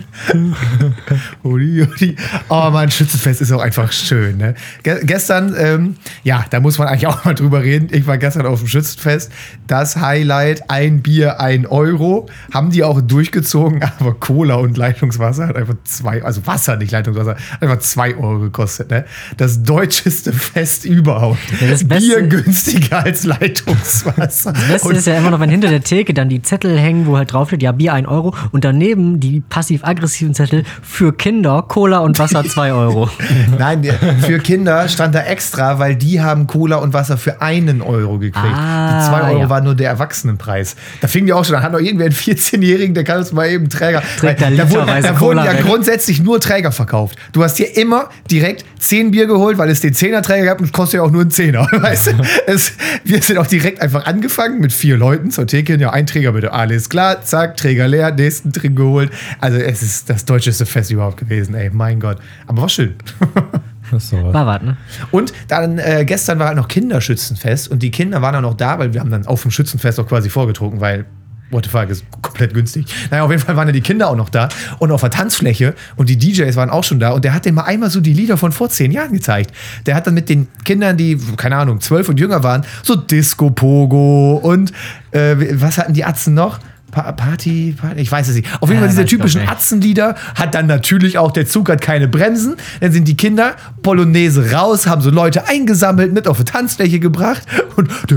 C: Udi. Oh Mann, Schützenfest ist auch einfach schön. Ne? Gestern, ja, da muss man eigentlich auch mal drüber reden. Ich war gestern auf dem Schützenfest. Das Highlight, ein Bier, 1 Euro. Haben die auch durchgezogen, aber Cola und Leitungswasser hat einfach also Wasser, nicht Leitungswasser, hat einfach 2 Euro gekostet. Ne? Das deutscheste Fest überhaupt.
B: Ja, das Beste-
C: Bier günstiger als Leitungswasser.
B: Das Beste ist ja immer noch, wenn hinter der Theke dann die Zettel hängen, wo halt draufsteht, ja, Bier 1 Euro und daneben die passiv-aggressiven Zettel für Kinder, Cola und Wasser 2 Euro.
C: Nein, für Kinder stand da extra, weil die haben Cola und Wasser für 1 Euro gekriegt.
B: Ah,
C: die 2 Euro
B: ja.
C: war nur der Erwachsenenpreis. Da fing die auch schon an, hat noch irgendwer einen 14-Jährigen, der kann uns mal eben Träger.
B: Trägt
C: Weil
B: da
C: da wurden
B: literweise
C: ja
B: Cola weg.
C: grundsätzlich nur Träger verkauft. Du hast hier immer direkt 10 Bier geholt, weil es den 10er-Träger gab und es kostet ja auch nur einen 10er. Weißt du? Wir sind auch direkt einfach angefangen mit 4 Leuten zur Theke. Ja, ein Träger bitte. Alles klar, zack, Träger leer, nächsten Trink geholt. Also es ist das deutscheste Fest überhaupt gewesen, ey, mein Gott. Aber war schön.
A: Das ist doch was.
B: War was, ne?
C: Und dann gestern war halt noch Kinderschützenfest und die Kinder waren dann noch da, weil wir haben dann auf dem Schützenfest auch quasi vorgetrunken, weil what the fuck, ist komplett günstig. Naja, auf jeden Fall waren ja die Kinder auch noch da und auf der Tanzfläche und die DJs waren auch schon da und der hat denen mal einmal so die Lieder von vor 10 Jahren gezeigt. Der hat dann mit den Kindern, die, keine Ahnung, 12 und jünger waren, so Disco-Pogo und was hatten die Atzen noch? Party, ich weiß es nicht. Auf jeden Fall diese
B: weiß ich
C: typischen
B: auch nicht.
C: Atzenlieder hat dann natürlich auch, der Zug hat keine Bremsen. Dann sind die Kinder Polonaise raus, haben so Leute eingesammelt, mit auf die Tanzfläche gebracht und der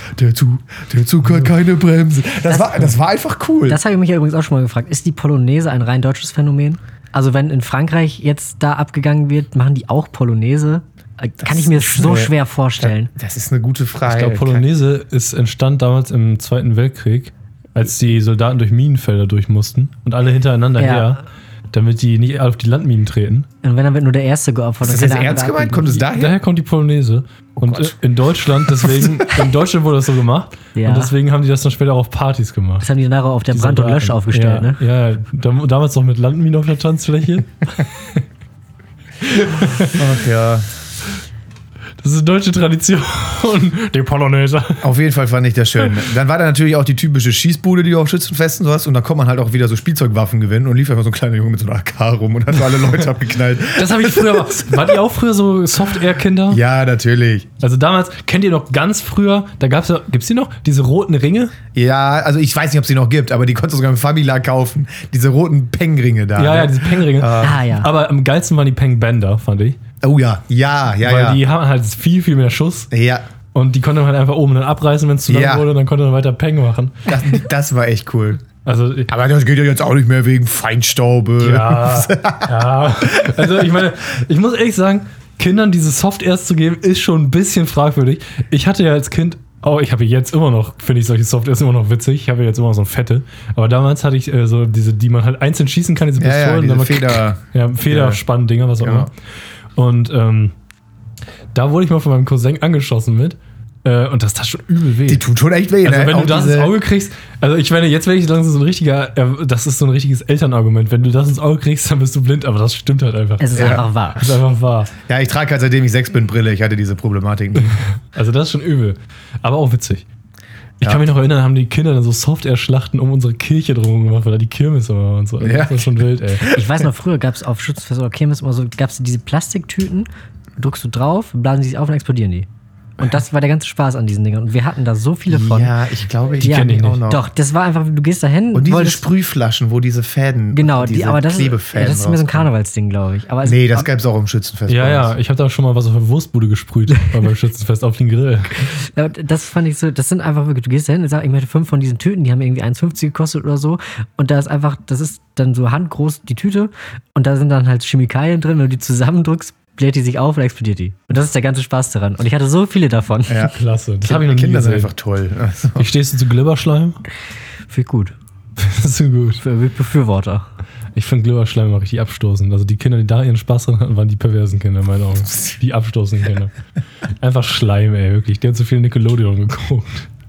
C: Zug hat keine Bremsen. Das war einfach cool.
B: Das habe ich mich ja übrigens auch schon mal gefragt. Ist die Polonaise ein rein deutsches Phänomen? Also wenn in Frankreich jetzt da abgegangen wird, machen die auch Polonaise? Kann ich mir so schwer vorstellen.
C: Das ist eine gute Frage.
A: Ich glaube, Polonaise entstand damals im Zweiten Weltkrieg, als die Soldaten durch Minenfelder durch mussten und alle hintereinander
B: Ja.
A: her, damit die nicht auf die Landminen treten.
B: Und wenn, dann wird nur der Erste geopfert.
C: Ist das
B: dann
C: jetzt
B: kann der
C: ernst
B: andere
C: gemeint?
B: abbiegen.
C: Kommt es daher?
A: Daher kommt die Polonaise. Und
C: Gott.
A: in Deutschland, in Deutschland wurde das so gemacht.
B: Ja.
A: Und deswegen haben die das dann später auch auf Partys gemacht.
B: Das haben die nachher auf der
A: Die
B: Brand- und
A: Soldaten.
B: Lösch aufgestellt,
A: ja,
B: ne?
A: Ja, damals noch mit Landminen auf der Tanzfläche.
C: Ach ja.
A: Das ist eine deutsche Tradition. Die Polonaise.
C: Auf jeden Fall fand ich das schön. Dann war da natürlich auch die typische Schießbude, die du auf Schützenfesten so hast. Und da konnte man halt auch wieder so Spielzeugwaffen gewinnen. Und lief einfach so ein kleiner Junge mit so einer AK rum und hat so alle Leute abgeknallt.
A: Das habe ich früher. Wart ihr auch früher so Soft-Air-Kinder?
C: Ja, natürlich.
A: Also damals, kennt ihr noch ganz früher, da gibt's die noch? Diese roten Ringe?
C: Ja, also ich weiß nicht, ob es die noch gibt, aber die konntest du sogar im Famila kaufen. Diese roten Pengringe da.
A: Ja,
C: ne?
A: ja, diese Peng-Ringe.
B: Ah, ja.
A: Aber am geilsten waren die Peng-Bänder, fand ich.
C: Oh ja, ja.
A: Weil die haben halt viel, viel mehr Schuss.
C: Ja,
A: Und die konnte man halt einfach oben dann abreißen, wenn es zu lang
C: Ja.
A: wurde. Und dann konnte man weiter Peng machen.
C: das war echt cool.
A: Also,
C: Aber das geht ja jetzt auch nicht mehr wegen Feinstaube.
A: ja. Ja. Also, ich meine, ich muss ehrlich sagen, Kindern diese Soft-Airs zu geben, ist schon ein bisschen fragwürdig. Ich hatte ja als Kind Oh, ich habe jetzt immer noch, finde ich solche Softwares immer noch witzig. Ich habe jetzt immer noch so eine fette. Aber damals hatte ich so diese, die man halt einzeln schießen kann, diese Pistolen.
C: diese
A: Federspann-Dinger, was auch immer. Und da wurde ich mal von meinem Cousin angeschossen mit. Und das tat schon übel weh.
C: Die tut schon echt weh,
A: also,
C: ne?
A: wenn du das ins Auge kriegst, also ich meine, jetzt werde ich langsam so ein richtiger, das ist so ein richtiges Elternargument. Wenn du das ins Auge kriegst, dann bist du blind, aber das stimmt halt einfach.
B: Es ist einfach wahr.
A: Das ist einfach wahr.
C: Ja, ich trage halt seitdem ich 6 bin Brille. Ich hatte diese Problematik nicht.
A: Also das ist schon übel. Aber auch witzig. Ich kann mich noch erinnern, haben die Kinder dann so Software-Schlachten um unsere Kirche drum gemacht, weil da die Kirmes war und so.
C: Ja.
A: Das ist schon wild, ey.
B: Ich weiß noch, früher gab es auf Schützenfest oder Kirmes immer so, gab es diese Plastiktüten, drückst du drauf, blasen die sich auf und explodieren die. Und das war der ganze Spaß an diesen Dingern. Und wir hatten da so viele von.
C: Ja, ich glaube, ich
A: kenn
C: kenne
A: ich
C: die auch
A: nicht.
C: noch.
B: Doch, das war einfach, du gehst da hin.
C: Und diese
B: wolltest-
C: Sprühflaschen, wo diese Fäden,
B: Genau,
C: diese
B: aber das ist mehr
C: Klebefäden
B: so ein
C: rauskommen.
B: Karnevalsding, glaube ich. Aber
C: Nee, das gab es auch im Schützenfest. bei
A: Ja,
C: uns.
A: ich habe da schon mal was auf der Wurstbude gesprüht beim Schützenfest auf den Grill.
B: aber das fand ich so, das sind einfach wirklich, du gehst da hin und sagst, ich möchte 5 von diesen Tüten, die haben irgendwie 1,50 gekostet oder so. Und da ist einfach, das ist dann so handgroß die Tüte und da sind dann halt Chemikalien drin, wenn du die zusammendrückst, bläht die sich auf und explodiert die. Und das ist der ganze Spaß daran. Und ich hatte so viele davon.
C: Ja.
A: Klasse. Das habe ich noch nie
C: Kinder sind
A: gesehen.
C: einfach toll. Also,
A: Wie stehst du zu Glibberschleim?
B: Viel gut.
A: Das ist so gut.
B: Für Befürworter.
A: Ich finde Glibberschleim immer richtig abstoßend. Also die Kinder, die da ihren Spaß dran hatten, waren die perversen Kinder in meinen Augen. Die abstoßenden Kinder. Einfach Schleim, ey, wirklich. Die haben zu viel Nickelodeon geguckt.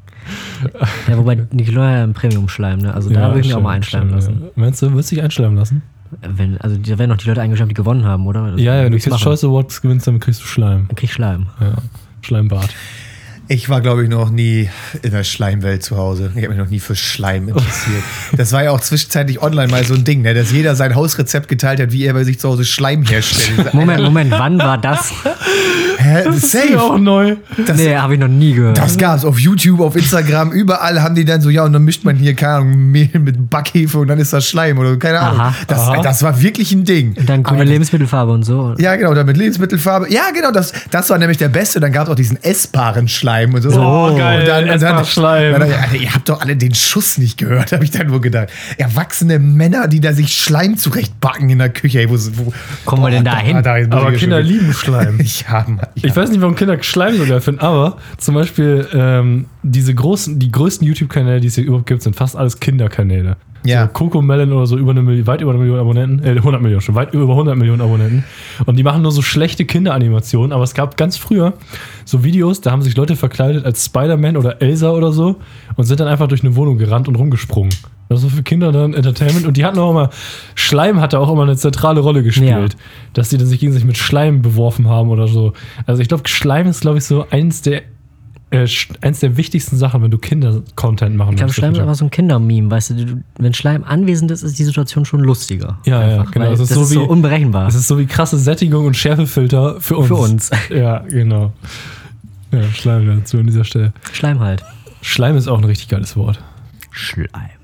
B: Ja, wobei Nickelodeon ja ein Premium-Schleim, ne? Also da würde ich mich auch mal einschleimen lassen.
A: Ja. Meinst du, würdest du dich einschleimen lassen?
B: Also da werden noch die Leute eingeschleimt, die gewonnen haben, oder? Das
A: Ja, wenn du
B: nichts
A: Kids
B: machen.
A: Choice Awards gewinnst, dann kriegst du Schleim.
B: Dann krieg ich Schleim.
A: Ja. Schleimbart.
C: ich war, glaube ich, noch nie in der Schleimwelt zu Hause. Ich habe mich noch nie für Schleim interessiert. Das war ja auch zwischenzeitlich online mal so ein Ding, ne? Dass jeder sein Hausrezept geteilt hat, wie er bei sich zu Hause Schleim herstellt.
B: Moment, wann war das?
C: Hä?
A: Das ist
C: Safe.
A: auch neu.
B: Nee, habe ich noch nie gehört.
C: Das gab's auf YouTube, auf Instagram, überall haben die dann so, ja, und dann mischt man hier, keine Ahnung, Mehl mit Backhefe und dann ist das Schleim oder keine Ahnung.
B: Aha.
C: Das war wirklich ein Ding.
B: Und dann grüne
C: Aber-
B: Lebensmittelfarbe und so.
C: Ja, genau, dann mit Lebensmittelfarbe. Ja, genau, das war nämlich der Beste. Dann gab es auch diesen essbaren Schleim und so.
A: Oh, geil, essbarer Schleim.
C: Alter, ihr habt doch alle den Schuss nicht gehört, habe ich dann nur gedacht. Erwachsene Männer, die da sich Schleim zurechtbacken in der Küche. Ey, wo
B: Kommen wir denn da hin?
A: Aber Kinder lieben Schleim. Ich weiß nicht, warum Kinder Schleim so geil finden, aber zum Beispiel die größten YouTube-Kanäle, die es hier überhaupt gibt, sind fast alles Kinderkanäle.
C: Ja.
A: So Cocomelon oder so weit über 1 Million Abonnenten, 100 Millionen schon, weit über 100 Millionen Abonnenten. Und die machen nur so schlechte Kinderanimationen, aber es gab ganz früher so Videos, da haben sich Leute verkleidet als Spider-Man oder Elsa oder so und sind dann einfach durch eine Wohnung gerannt und rumgesprungen. Das war für Kinder dann Entertainment und die hatten auch immer, Schleim hatte auch immer eine zentrale Rolle gespielt, dass die dann sich gegenseitig mit Schleim beworfen haben oder so. Also ich glaube, Schleim ist, glaube ich, so eins der wichtigsten Sachen, wenn du Kinder-Content machen
B: Ich glaube,
A: möchtest.
B: Schleim ist einfach so ein Kindermeme, weißt du, wenn Schleim anwesend ist, ist die Situation schon lustiger.
A: Ja,
B: einfach,
A: genau.
B: weil
A: Es
B: Das
A: ist
B: ist
A: so
B: so
A: wie-
B: unberechenbar.
A: Es ist so wie krasse Sättigung und Schärfefilter für uns.
B: Für uns.
A: Ja, genau. Ja, Schleim dazu an dieser Stelle.
B: Schleim halt.
A: Schleim ist auch ein richtig geiles Wort.
B: Schleim.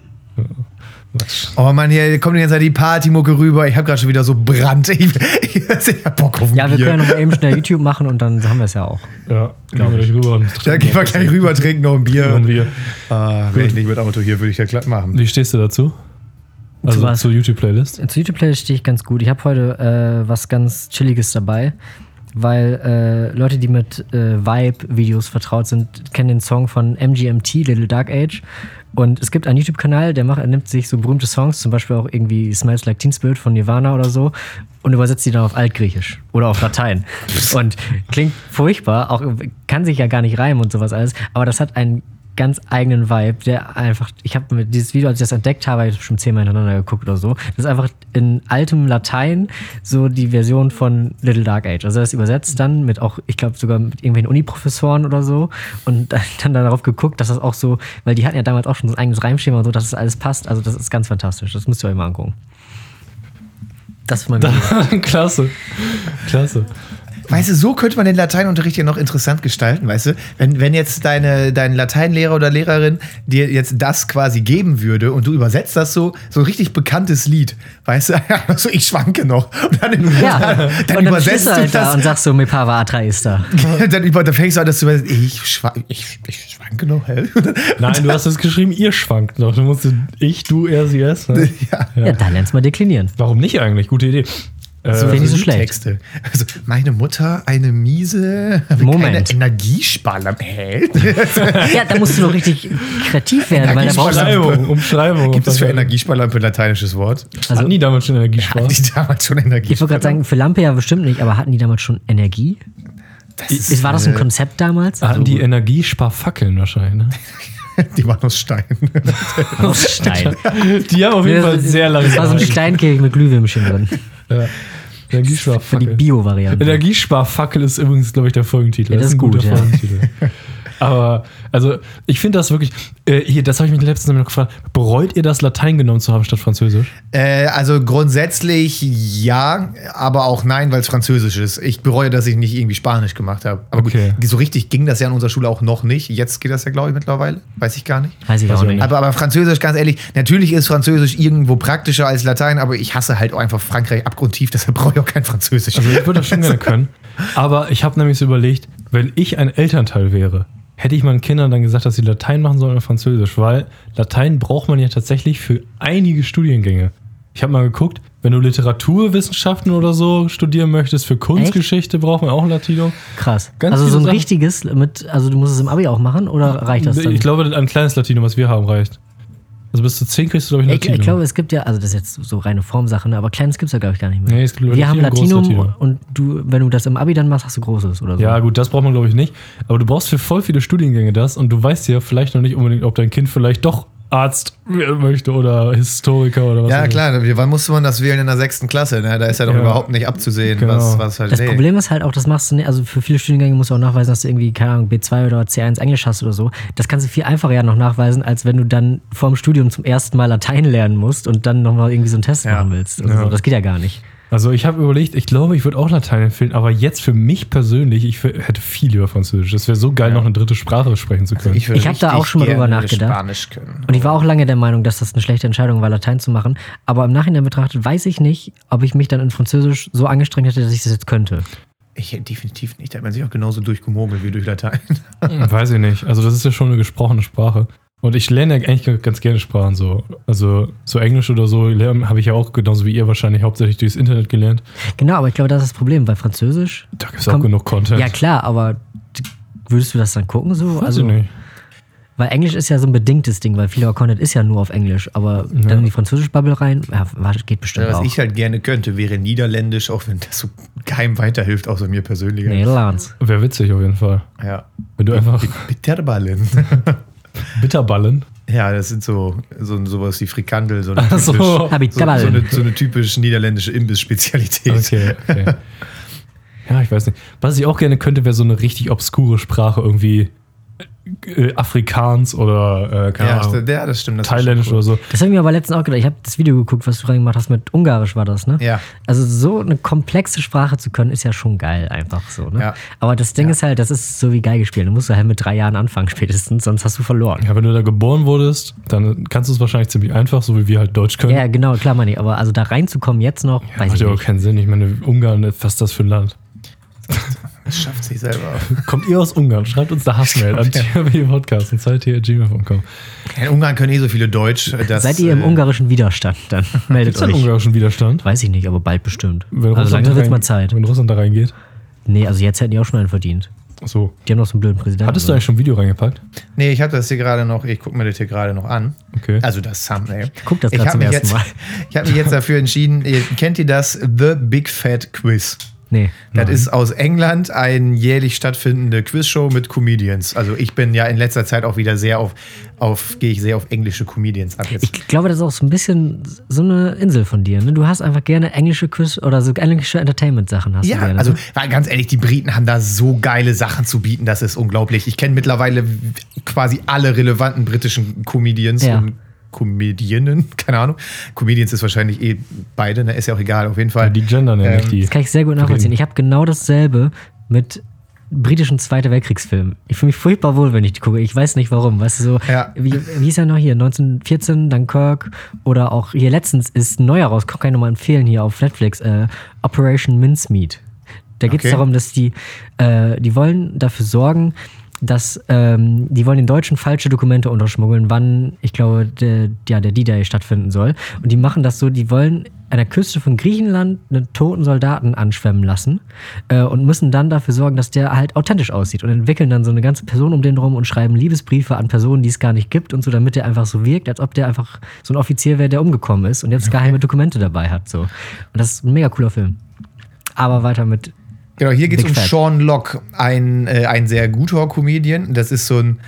C: Oh Mann, hier kommt die ganze Zeit die Partymucke rüber. Ich habe gerade schon wieder so Brand. Ich hab Bock auf ein
B: Ja, wir
C: Bier.
B: können ja noch mal eben schnell YouTube machen und dann haben wir es ja auch.
A: Ja, gehen wir gleich rüber.
C: Da gehen wir gleich rüber, trinken noch ein Bier.
A: Und wir.
C: Wäre ich nicht mit Auto hier, würde ich ja glatt machen.
A: Wie stehst du dazu? Also
B: was?
A: zur YouTube-Playlist?
B: Zur YouTube-Playlist stehe ich ganz gut. Ich habe heute was ganz Chilliges dabei, weil Leute, die mit Vibe-Videos vertraut sind, kennen den Song von MGMT, Little Dark Age. Und es gibt einen YouTube-Kanal, er nimmt sich so berühmte Songs, zum Beispiel auch irgendwie Smells Like Teen Spirit von Nirvana oder so, und übersetzt die dann auf Altgriechisch oder auf Latein. Und klingt furchtbar, auch kann sich ja gar nicht reimen und sowas alles, aber das hat einen ganz eigenen Vibe, der einfach, ich habe mit dieses Video, als ich das entdeckt habe, habe ich schon 10-mal hintereinander geguckt oder so. Das ist einfach in altem Latein so die Version von Little Dark Age. Also das übersetzt dann mit auch, ich glaube sogar mit irgendwelchen Uni-Professoren oder so und dann darauf geguckt, dass das auch so, weil die hatten ja damals auch schon so ein eigenes Reimschema und so, dass das alles passt. Also das ist ganz fantastisch. Das müsst ihr euch mal angucken. Das ist mein Video.
A: Klasse. Klasse.
C: Weißt du, so könnte man den Lateinunterricht ja noch interessant gestalten, weißt du? Wenn jetzt dein Lateinlehrer oder Lehrerin dir jetzt das quasi geben würde und du übersetzt das so ein richtig bekanntes Lied, weißt du? So, ich schwanke noch. Und dann,
B: Ja,
C: dann
B: und dann
C: übersetzt
B: stehst du
C: du
B: halt da
C: das.
B: und sagst so, me pava atraista.
C: Dann fängst du an, dass du ich schwanke noch, hä?
A: Nein, du hast es geschrieben, ihr schwankt noch. Du musst ich, du, er, sie, es. Ne?
C: Ja.
B: Ja, dann lernst du mal deklinieren.
A: Warum nicht eigentlich? Gute Idee.
B: Das finde ich nicht so schlecht.
C: Texte. Also, meine Mutter, eine miese,
B: Moment.
C: keine Energiesparlampe.
B: Ja, da musst du doch richtig kreativ werden, weil da brauchst du.
A: Umschreibung.
C: Gibt es für Energiesparlampe ein lateinisches Wort?
B: Also,
A: Hatten die damals schon Energiespar?
C: Hatten die damals schon
B: ich wollte gerade
C: Energiesparlampe?
B: sagen, für Lampe ja bestimmt nicht, aber hatten die damals schon Energie? War das ein Konzept damals?
A: Hatten die Energiesparfackeln wahrscheinlich, ne?
C: Die waren aus Stein.
B: Aus Stein.
A: Die haben auf jeden Fall sehr lange
B: Das war so ein Steinkegel mit Glühwürmchen drin.
A: Ja.
B: Für die
A: Energiesparfackel.
B: Bio-Variante.
A: Energiesparfackel ist übrigens, glaube ich, der Folgentitel.
B: Ja, das ist
A: ein
B: gut,
A: guter
B: ja.
A: Folgentitel. Aber, also, ich finde das wirklich, das habe ich mich letztens noch gefragt, bereut ihr das, Latein genommen zu haben statt Französisch?
C: Also grundsätzlich ja, aber auch nein, weil es Französisch ist. Ich bereue, dass ich nicht irgendwie Spanisch gemacht habe. Aber
A: Okay.
C: gut, so richtig ging das ja in unserer Schule auch noch nicht. Jetzt geht das ja, glaube ich, mittlerweile. Weiß ich gar nicht.
B: Weiß ich auch
A: Also,
B: nicht.
C: Aber Französisch, ganz ehrlich, natürlich ist Französisch irgendwo praktischer als Latein, aber ich hasse halt auch einfach Frankreich abgrundtief, deshalb brauche ich auch kein Französisch.
A: Also, ich würde das schon gerne können. Aber ich habe nämlich so überlegt, wenn ich ein Elternteil wäre, hätte ich meinen Kindern dann gesagt, dass sie Latein machen sollen oder Französisch, weil Latein braucht man ja tatsächlich für einige Studiengänge. Ich habe mal geguckt, wenn du Literaturwissenschaften oder so studieren möchtest, für Kunstgeschichte braucht man auch Latinum.
B: Krass.
A: Ganz
B: Also
A: viele
B: so ein
A: Sachen.
B: richtiges also du musst es im Abi auch machen oder reicht das dann?
A: Ich glaube, ein kleines Latinum, was wir haben, reicht. Also bis zu 10 kriegst du, glaube ich, ein Latinum.
B: Ich glaube, es gibt ja, also das ist jetzt so reine Formsache, ne, aber kleines gibt es ja, glaube ich, gar nicht mehr.
A: Nee, es gibt
B: Wir haben
A: Latinum,
B: Latinum
A: großes
B: und wenn du das im Abi dann machst, hast du großes oder so.
A: Ja, gut, das braucht man, glaube ich, nicht. Aber du brauchst für voll viele Studiengänge das und du weißt ja vielleicht noch nicht unbedingt, ob dein Kind vielleicht doch Arzt werden möchte oder Historiker oder was.
C: Ja,
A: auch
C: klar, wann musste man das wählen in der 6. Klasse? Ne? Da ist ja doch
A: Ja.
C: überhaupt nicht abzusehen,
A: Genau.
C: was halt.
B: Das Problem ist halt auch, das machst du nicht, also für viele Studiengänge musst du auch nachweisen, dass du irgendwie, keine Ahnung, B2 oder C1 Englisch hast oder so. Das kannst du viel einfacher ja noch nachweisen, als wenn du dann vorm Studium zum ersten Mal Latein lernen musst und dann nochmal irgendwie so einen Test machen willst. Also
A: Ja.
B: so. Das geht ja gar nicht.
A: Also ich habe überlegt, ich glaube, ich würde auch Latein empfehlen, aber jetzt für mich persönlich, ich hätte viel lieber Französisch. Das wäre so geil, noch eine dritte Sprache sprechen zu können.
C: würde
B: Ich hab da auch
C: richtig
B: schon mal drüber
C: gerne
B: nachgedacht.
C: Spanisch können.
B: Und ich war auch lange der Meinung, dass das eine schlechte Entscheidung war, Latein zu machen. Aber im Nachhinein betrachtet weiß ich nicht, ob ich mich dann in Französisch so angestrengt hätte, dass ich das jetzt könnte.
C: Ich hätte definitiv nicht. Da hat man sich auch genauso durchgemogelt wie durch Latein.
A: Weiß ich nicht. Also das ist ja schon eine gesprochene Sprache. Und ich lerne ja eigentlich ganz gerne Sprachen so. Also so Englisch oder so habe ich ja auch genauso wie ihr wahrscheinlich hauptsächlich durchs Internet gelernt.
B: Genau, aber ich glaube, das ist das Problem, weil Französisch.
A: Da gibt es auch genug Content.
B: Ja, klar, aber würdest du das dann gucken so?
A: Weiß ich nicht.
B: Weil Englisch ist ja so ein bedingtes Ding, weil viel Content ist ja nur auf Englisch. Aber dann in die Französisch-Bubble rein, ja, geht bestimmt
C: Was
B: auch.
C: ich halt gerne könnte, wäre Niederländisch, auch wenn das so geheim weiterhilft, außer mir persönlich.
B: Nederlands.
A: Wäre witzig auf jeden Fall.
C: Ja.
A: Wenn du einfach
C: Bitterballen.
A: Bitterballen.
C: Ja, das sind sowas wie Frikandel, so eine,
A: Ach so.
C: so eine typisch niederländische Imbiss-Spezialität.
A: Okay. Ja, ich weiß nicht. Was ich auch gerne könnte, wäre so eine richtig obskure Sprache, irgendwie Afrikaans oder keine Ahnung,
C: das stimmt. Das ist
A: Thailändisch
C: schon cool.
A: oder so.
B: Das habe ich mir aber letztens auch gedacht. Ich habe das Video geguckt, was du reingemacht hast mit Ungarisch, war das, ne?
C: Ja.
B: Also so eine komplexe Sprache zu können, ist ja schon geil einfach so, ne?
C: Ja.
B: Aber das Ding ist halt, das ist so wie Geige spielen. Du musst halt mit 3 Jahren anfangen spätestens, sonst hast du verloren.
A: Ja, wenn du da geboren wurdest, dann kannst du es wahrscheinlich ziemlich einfach, so wie wir halt Deutsch können.
B: Ja, genau, klar, meine ich. Aber also da reinzukommen jetzt noch, weiß
A: Macht
B: ich
A: ja auch
B: nicht.
A: keinen Sinn. Ich meine, Ungarn, was ist das für ein Land?
C: Das schafft sich selber.
A: Kommt ihr aus Ungarn? Schreibt uns eine Hassmail an THW-Podcast und zeit.gmail.com.
C: In Ungarn können so viele Deutsch.
B: Seid ihr im ungarischen Widerstand, dann meldet
A: Gibt es einen
B: euch.
A: ungarischen Widerstand?
B: Weiß ich nicht, aber bald bestimmt.
A: Wenn
B: Also
A: Russland
B: langsam
A: da
B: wird's
A: rein-
B: mal Zeit.
A: Wenn Russland da reingeht?
B: Nee, also jetzt hätten die auch schon einen verdient.
A: So.
B: Die haben noch so einen blöden Präsidenten.
A: Hattest du eigentlich schon ein Video reingepackt?
C: Nee, ich hatte das hier gerade noch, ich gucke mir das hier gerade noch an.
A: Okay.
C: Also das Thumbnail.
B: Guck das
C: Ich
B: grad
C: hab
B: zum
C: mich
B: ersten
C: jetzt-
B: Mal.
C: Ich habe mich jetzt dafür entschieden, kennt ihr das The Big Fat Quiz?
B: Nee.
C: Das ist aus England eine jährlich stattfindende Quizshow mit Comedians. Also ich bin ja in letzter Zeit auch wieder sehr gehe ich sehr auf englische Comedians ab jetzt.
B: Ich glaube, das ist auch so ein bisschen so eine Insel von dir. Ne? Du hast einfach gerne englische Quiz oder so englische Entertainment-Sachen hast du
C: Ja,
B: gerne.
C: also
B: ne?
C: weil ganz ehrlich, die Briten haben da so geile Sachen zu bieten, das ist unglaublich. Ich kenne mittlerweile quasi alle relevanten britischen Comedians
B: Ja.
C: und Comedianen, keine Ahnung. Comedians ist wahrscheinlich beide, ne? Ist ja auch egal, auf jeden Fall.
A: Ja, die gendern ja nicht die.
B: Das kann ich sehr gut nachvollziehen. Ich habe genau dasselbe mit britischen Zweiter Weltkriegsfilmen. Ich fühle mich furchtbar wohl, wenn ich die gucke. Ich weiß nicht warum. Weißt du, so,
C: Ja.
B: wie hieß er noch hier? 1914, Dunkirk oder auch hier letztens ist ein neuer raus, kann ich nochmal empfehlen hier auf Netflix, Operation Mincemeat. Da geht es
C: Okay.
B: darum, dass die wollen dafür sorgen, dass die wollen den Deutschen falsche Dokumente unterschmuggeln, wann, ich glaube, der D-Day stattfinden soll. Und die machen das so, die wollen an der Küste von Griechenland einen toten Soldaten anschwemmen lassen und müssen dann dafür sorgen, dass der halt authentisch aussieht und entwickeln dann so eine ganze Person um den drum und schreiben Liebesbriefe an Personen, die es gar nicht gibt und so, damit der einfach so wirkt, als ob der einfach so ein Offizier wäre, der umgekommen ist und jetzt geheime Dokumente dabei hat. So. Und das ist ein mega cooler Film. Aber weiter mit
C: Genau, hier geht es
B: Big
C: um
B: Fat.
C: Sean Locke, ein sehr guter Comedian. Das ist so ein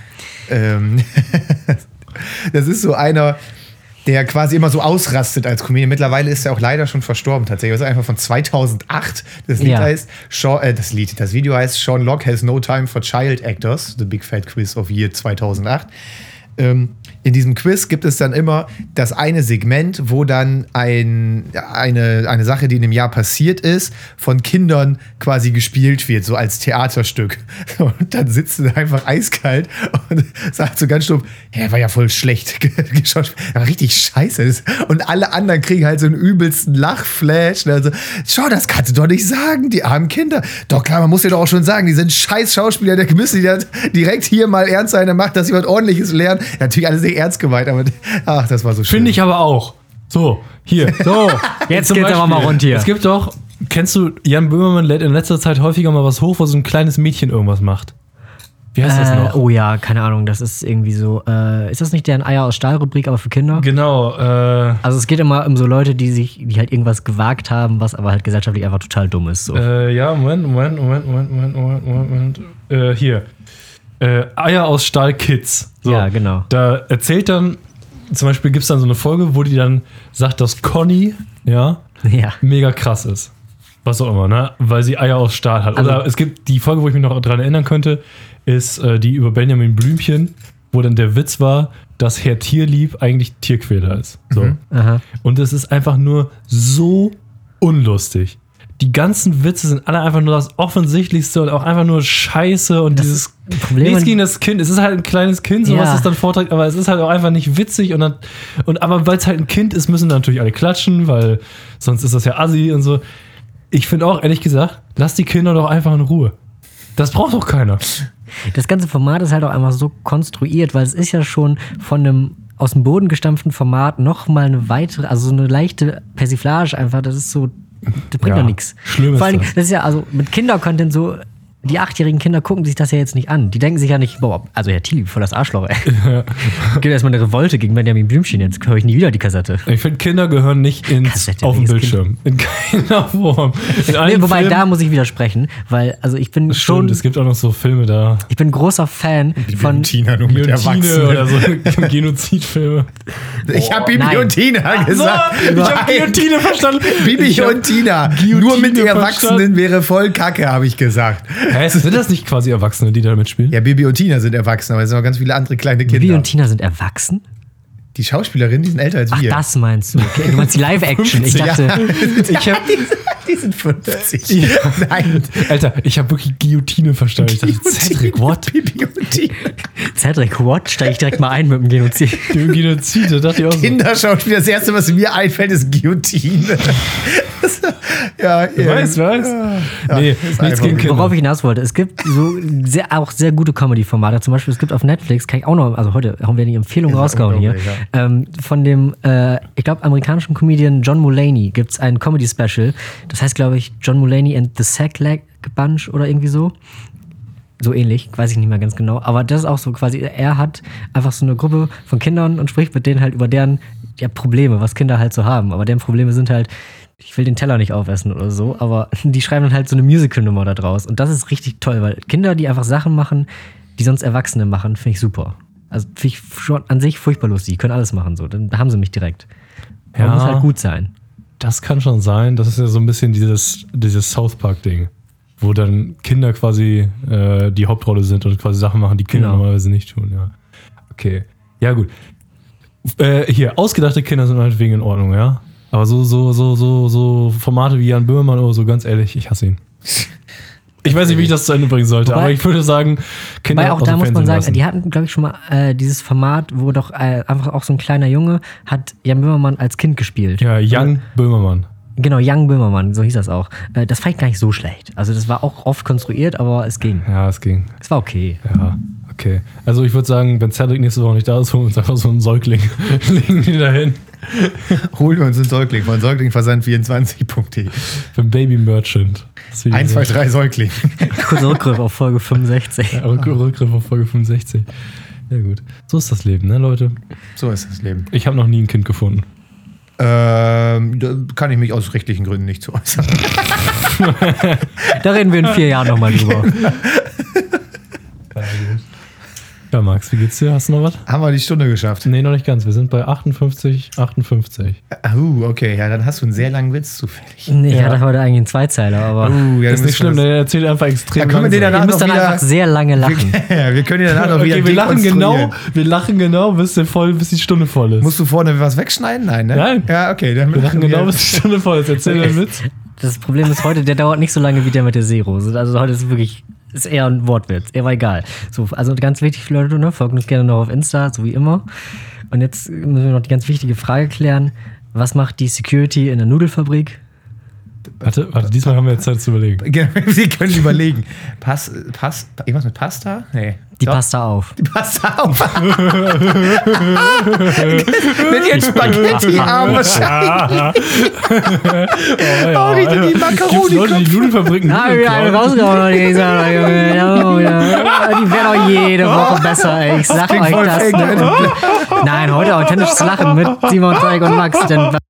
C: das ist so einer, der quasi immer so ausrastet als Comedian. Mittlerweile ist er auch leider schon verstorben tatsächlich. Das ist einfach von 2008. Das Lied
B: Ja.
C: heißt, das Video heißt Sean Locke has no time for child actors, the Big Fat Quiz of Year 2008. In diesem Quiz gibt es dann immer das eine Segment, wo dann eine Sache, die in einem Jahr passiert ist, von Kindern quasi gespielt wird, so als Theaterstück. Und dann sitzen sie einfach eiskalt und sagt so ganz stumpf, ja, war ja voll schlecht geschaut, war richtig scheiße. Und alle anderen kriegen halt so einen übelsten Lachflash. Also, schau, das kannst du doch nicht sagen, die armen Kinder. Doch klar, man muss dir doch auch schon sagen, die sind scheiß Schauspieler, da müssen die dann direkt hier mal ernst sein, dann macht, dass sie was Ordentliches lernen. Ja, natürlich alles sehr ernst gemeint, aber ach, das war so schön.
A: Finde ich aber auch. So, hier.
B: So, jetzt
A: Zum
B: geht's aber
A: Beispiel,
B: mal rund hier.
A: Es gibt doch, kennst du, Jan Böhmermann lädt in letzter Zeit häufiger mal was hoch, wo so ein kleines Mädchen irgendwas macht. Wie heißt das noch?
B: Oh ja, keine Ahnung, das ist irgendwie so, ist das nicht deren Eier aus Stahl-Rubrik, aber für Kinder?
A: Genau,
B: Also es geht immer um so Leute, die halt irgendwas gewagt haben, was aber halt gesellschaftlich einfach total dumm ist. So.
A: ja, Moment. Hier. Eier aus Stahl Kids. So.
B: Ja, genau.
A: Da erzählt dann, zum Beispiel gibt es dann so eine Folge, wo die dann sagt, dass Conny, ja,
B: Ja.
A: mega krass ist. Was auch immer, ne? Weil sie Eier aus Stahl hat.
B: Also-
A: Oder es gibt die Folge, wo ich mich noch dran erinnern könnte, ist die über Benjamin Blümchen, wo dann der Witz war, dass Herr Tierlieb eigentlich Tierquäler ist. So.
B: Aha.
A: Und es ist einfach nur so unlustig. Die ganzen Witze sind alle einfach nur das Offensichtlichste und auch einfach nur Scheiße und dieses
B: Problem-
A: nichts gegen das Kind. Es ist halt ein kleines Kind, so
B: Ja.
A: was es dann vorträgt, aber es ist halt auch einfach nicht witzig aber weil es halt ein Kind ist, müssen natürlich alle klatschen, weil sonst ist das ja assi und so. Ich finde auch, ehrlich gesagt, lass die Kinder doch einfach in Ruhe. Das braucht doch keiner.
B: Das ganze Format ist halt auch einfach so konstruiert, weil es ist ja schon von einem aus dem Boden gestampften Format nochmal eine weitere, also so eine leichte Persiflage einfach, das ist so, das bringt
A: Ja,
B: doch nichts.
A: schlimm ist
B: Vor allem,
A: das.
B: das ist ja, also mit Kindercontent so, die 8-jährigen Kinder gucken sich das ja jetzt nicht an. Die denken sich ja nicht, boah, also Herr Tilly, voll das Arschloch, ey. Gibt erstmal eine Revolte gegen Benjamin Blümchen, jetzt höre ich nie wieder die Kassette.
A: Ich finde, Kinder gehören nicht
B: Kassette,
A: auf den
B: welches
A: Bildschirm. In keiner Form. In
B: Nee,
A: allen
B: wobei,
A: Filmen-
B: da muss ich widersprechen, weil, also ich bin schon,
A: Stimmt, es gibt auch noch so Filme da.
B: ich bin großer Fan von,
C: Tina nur mit
A: Guillotine
C: Erwachsenen.
A: oder so Genozidfilme.
C: Ich habe Bibi
B: nein.
C: und Tina gesagt.
A: ich habe Guillotine verstanden.
C: Bibi
A: Ich hab
C: und Tina.
A: Guillotine
C: Nur mit
A: verstanden.
C: Erwachsenen wäre voll Kacke, habe ich gesagt.
A: Hä, sind das nicht quasi Erwachsene, die da mitspielen?
C: Ja, Bibi und Tina sind erwachsen, aber es sind noch ganz viele andere kleine Kinder.
B: Bibi und Tina sind erwachsen?
C: Die Schauspielerinnen, die sind älter als
B: Ach,
C: wir.
B: das meinst du. Okay, du meinst die Live-Action. Ich
C: 50,
B: dachte,
A: Ich hab,
C: Die sind 50. Nein.
A: Alter, ich habe wirklich Guillotine verstanden. Ich dachte, Cedric, what?
C: Bibi und Tina.
B: Cedric, what? Steige ich direkt mal ein mit dem Genozid.
A: Genozid, da dachte ich auch so.
C: Kinderschauspieler, das erste, was mir einfällt, ist Guillotine. Ja,
A: Wer weiß. Nee, nichts
C: einfach-
A: gegen Kinder.
B: Worauf ich hinaus wollte, es gibt so auch sehr gute Comedy-Formate. Zum Beispiel, es gibt auf Netflix, kann ich auch noch, also heute haben wir die Empfehlung
C: Ist
B: rausgehauen hier.
C: unglaublich,
B: Von dem, ich glaube, amerikanischen Comedian John Mulaney gibt es ein Comedy-Special. Das heißt, glaube ich, John Mulaney and the Sackleg Bunch oder irgendwie so. So ähnlich, weiß ich nicht mehr ganz genau. Aber das ist auch so quasi, er hat einfach so eine Gruppe von Kindern und spricht mit denen halt über deren Probleme, was Kinder halt so haben. Aber deren Probleme sind halt, ich will den Teller nicht aufessen oder so, aber die schreiben dann halt so eine Musical-Nummer da draus. Und das ist richtig toll, weil Kinder, die einfach Sachen machen, die sonst Erwachsene machen, finde ich super. Also finde ich schon an sich furchtbar lustig. Die können alles machen so. Dann haben sie mich direkt. Aber
A: Ja.
B: muss halt gut sein.
A: Das kann schon sein. Das ist ja so ein bisschen dieses South Park-Ding, wo dann Kinder quasi die Hauptrolle sind und quasi Sachen machen, die Kinder
B: Genau.
A: normalerweise nicht tun. Ja. Okay. Ja, gut. Hier, ausgedachte Kinder sind meinetwegen in Ordnung, ja. Aber so Formate wie Jan Böhmermann oder so, ganz ehrlich, ich hasse ihn. Ich weiß nicht, wie ich das zu Ende bringen sollte,
B: Wobei-
A: aber ich würde sagen, Kinder
B: Wobei auch
A: aus
B: da
A: dem
B: muss man
A: Fernsehen
B: sagen,
A: lassen.
B: die hatten, glaube ich, schon mal dieses Format, wo doch einfach auch so ein kleiner Junge hat Jan Böhmermann als Kind gespielt.
A: Ja, Jan Böhmermann.
B: Genau, Young Böhmermann, so hieß das auch. Das fand ich gar nicht so schlecht. Also das war auch oft konstruiert, aber es ging.
A: Ja, es ging.
B: Es war okay.
A: Ja, okay. Also ich würde sagen, wenn Cedric nächste Woche nicht da ist, holen wir uns einfach so einen Säugling. Legen die da hin.
C: Holen wir uns einen Säugling von säuglingversand24.de.
A: Für Baby Merchant.
C: 1, 2, 3 Säugling.
B: Kurzer Rückgriff auf Folge 65.
A: Ja, Rückgriff auf Folge 65. Ja gut. So ist das Leben, ne Leute?
C: So ist das Leben.
A: Ich habe noch nie ein Kind gefunden.
C: Da kann ich mich aus rechtlichen Gründen nicht zu äußern.
B: Da reden wir in 4 Jahren nochmal drüber.
A: Ja, Max, wie geht's dir? Hast du noch was?
C: Haben wir die Stunde geschafft?
A: Nee, noch nicht ganz. Wir sind bei 58.
C: Okay, ja, dann hast du einen sehr langen Witz zufällig.
B: Nee, ich
A: Ja.
B: hatte heute eigentlich einen Zweizeiler, aber
C: Ja,
A: Ist nicht schlimm, der erzählt einfach extrem
C: Dann können wir den
A: langsam.
C: danach
B: ihr müsst dann
C: noch wieder,
B: einfach sehr lange lachen.
C: wir können den danach noch wieder
A: Okay, wir lachen
C: dekonstruieren.
A: genau, bis die Stunde voll ist.
C: Musst du vorne was wegschneiden? Nein, ne?
A: Nein.
C: Ja, okay. Dann
A: wir lachen genau, bis die Stunde voll ist. Erzähl den Witz.
B: Das Problem ist heute, der dauert nicht so lange wie der mit der Seerose. Also heute ist wirklich, ist eher ein Wortwitz. Er war egal. So, also ganz wichtig, Leute, ne? Folgt uns gerne noch auf Insta, so wie immer. Und jetzt müssen wir noch die ganz wichtige Frage klären. Was macht die Security in der Nudelfabrik?
A: Warte, diesmal haben wir jetzt Zeit zu überlegen.
C: Wir können überlegen. Irgendwas mit Pasta? Nee.
B: Die Pasta auf.
C: Die Pasta auf. Mit ihren Spaghetti-Armen wahrscheinlich. Oh, richtig, die Macaroni.
A: Leute, die Nudelfabriken.
B: Ah, wir haben rausgehauen, die werden auch jede Woche besser, ey. Ich sag
C: klingt
B: euch
C: voll
B: das.
C: fake,
B: Ne? Nein, heute authentisches Lachen mit Simon, Zeig und Max. Denn